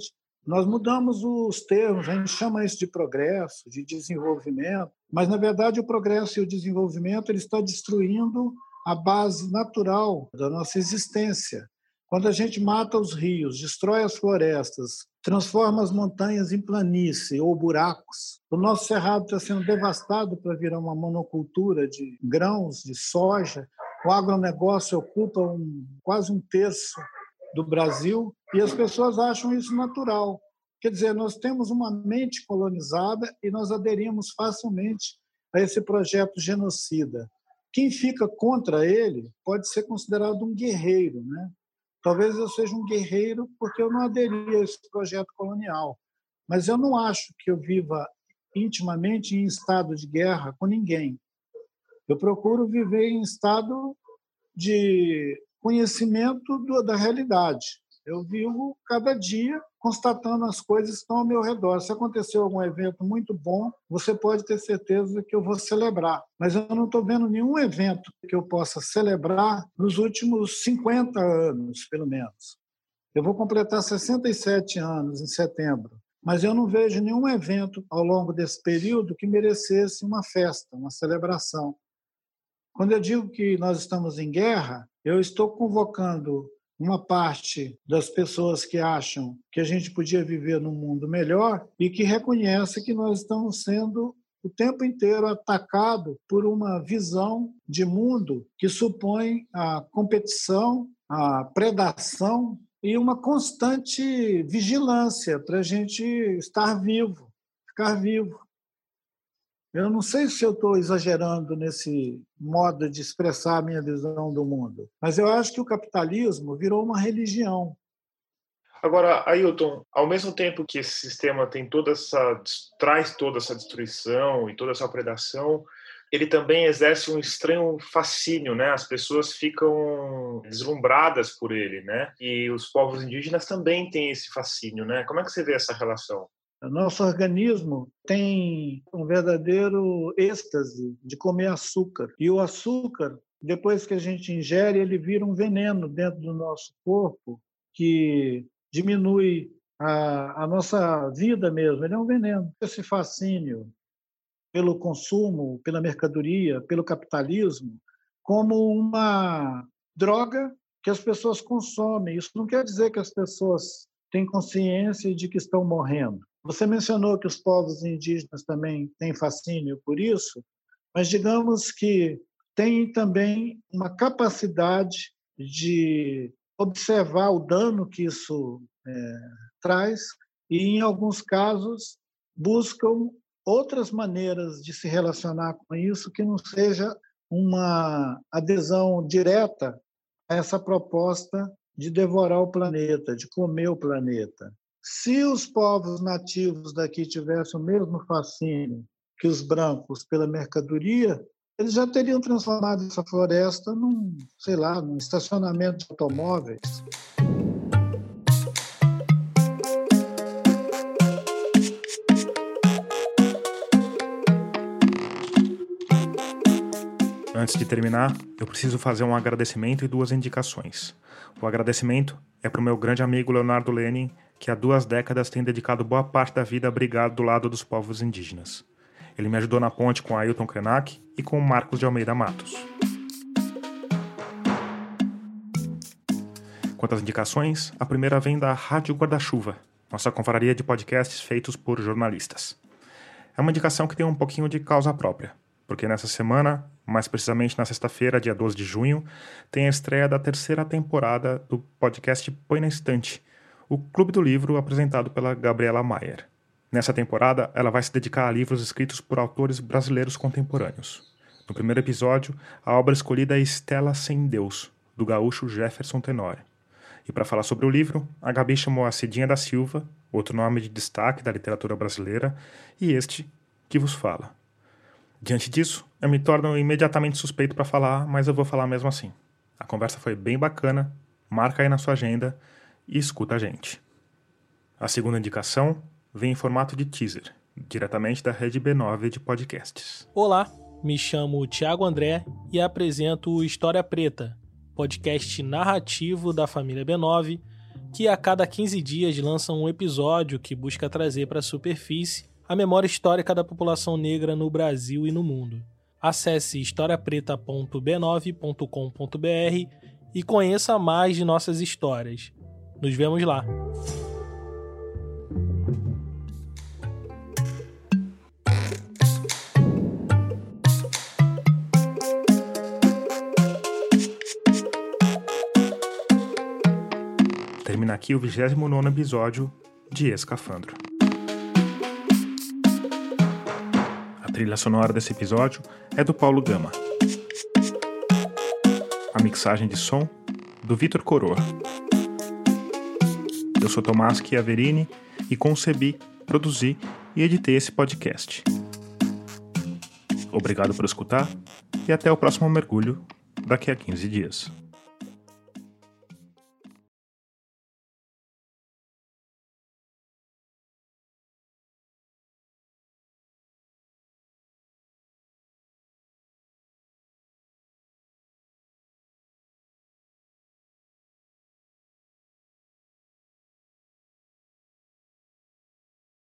Nós mudamos os termos, a gente chama isso de progresso, de desenvolvimento, mas, na verdade, o progresso e o desenvolvimento ele está destruindo a base natural da nossa existência. Quando a gente mata os rios, destrói as florestas, transforma as montanhas em planície ou buracos, o nosso cerrado está sendo devastado para virar uma monocultura de grãos, de soja, o agronegócio ocupa quase um terço do Brasil e as pessoas acham isso natural. Quer dizer, nós temos uma mente colonizada e nós aderimos facilmente a esse projeto genocida. Quem fica contra ele pode ser considerado um guerreiro, né? Talvez eu seja um guerreiro porque eu não aderi a esse projeto colonial, mas eu não acho que eu viva intimamente em estado de guerra com ninguém. Eu procuro viver em estado de conhecimento da realidade. Eu vivo cada dia constatando as coisas que estão ao meu redor. Se aconteceu algum evento muito bom, você pode ter certeza que eu vou celebrar. Mas eu não estou vendo nenhum evento que eu possa celebrar nos últimos 50 anos, pelo menos. Eu vou completar 67 anos em setembro, mas eu não vejo nenhum evento ao longo desse período que merecesse uma festa, uma celebração. Quando eu digo que nós estamos em guerra, eu estou convocando uma parte das pessoas que acham que a gente podia viver num mundo melhor e que reconhece que nós estamos sendo o tempo inteiro atacado por uma visão de mundo que supõe a competição, a predação e uma constante vigilância para a gente estar vivo, ficar vivo. Eu não sei se eu estou exagerando nesse modo de expressar a minha visão do mundo, mas eu acho que o capitalismo virou uma religião.
Agora, Ailton, ao mesmo tempo que esse sistema traz toda essa destruição e toda essa predação, ele também exerce um estranho fascínio, né? As pessoas ficam deslumbradas por ele, né? E os povos indígenas também têm esse fascínio, né? Como é que você vê essa relação?
O nosso organismo tem um verdadeiro êxtase de comer açúcar. E o açúcar, depois que a gente ingere, ele vira um veneno dentro do nosso corpo que diminui a nossa vida mesmo. Ele é um veneno. Esse fascínio pelo consumo, pela mercadoria, pelo capitalismo, como uma droga que as pessoas consomem. Isso não quer dizer que as pessoas têm consciência de que estão morrendo. Você mencionou que os povos indígenas também têm fascínio por isso, mas digamos que têm também uma capacidade de observar o dano que isso traz e, em alguns casos, buscam outras maneiras de se relacionar com isso que não seja uma adesão direta a essa proposta de devorar o planeta, de comer o planeta. Se os povos nativos daqui tivessem o mesmo fascínio que os brancos pela mercadoria, eles já teriam transformado essa floresta num estacionamento de automóveis.
Antes de terminar, eu preciso fazer um agradecimento e 2 indicações. O agradecimento é para o meu grande amigo Leonardo Lenin, que há 2 décadas tem dedicado boa parte da vida a brigar do lado dos povos indígenas. Ele me ajudou na ponte com Ailton Krenak e com o Marcos de Almeida Matos. Quanto às indicações, a primeira vem da Rádio Guarda-Chuva, nossa confraria de podcasts feitos por jornalistas. É uma indicação que tem um pouquinho de causa própria, porque nessa semana, mais precisamente na sexta-feira, dia 12 de junho, tem a estreia da 3ª temporada do podcast Põe na Estante, o Clube do Livro apresentado pela Gabriela Maier. Nessa temporada, ela vai se dedicar a livros escritos por autores brasileiros contemporâneos. No primeiro episódio, a obra escolhida é Estela Sem Deus, do gaúcho Jefferson Tenório. E para falar sobre o livro, a Gabi chamou a Cidinha da Silva, outro nome de destaque da literatura brasileira, e este que vos fala. Diante disso, eu me torno imediatamente suspeito para falar, mas eu vou falar mesmo assim. A conversa foi bem bacana, marca aí na sua agenda e escuta a gente. A segunda indicação vem em formato de teaser, diretamente da Rede B9 de podcasts.
Olá, me chamo Thiago André e apresento o História Preta, podcast narrativo da família B9, que a cada 15 dias lança um episódio que busca trazer para a superfície a memória histórica da população negra no Brasil e no mundo. Acesse historiapreta.b9.com.br e conheça mais de nossas histórias. Nos vemos lá!
Termina aqui o 29º episódio de Escafandro. A trilha sonora desse episódio é do Paulo Gama. A mixagem de som do Vitor Coroa. Eu sou Tomás Chiaverini e concebi, produzi e editei esse podcast. Obrigado por escutar e até o próximo mergulho daqui a 15 dias.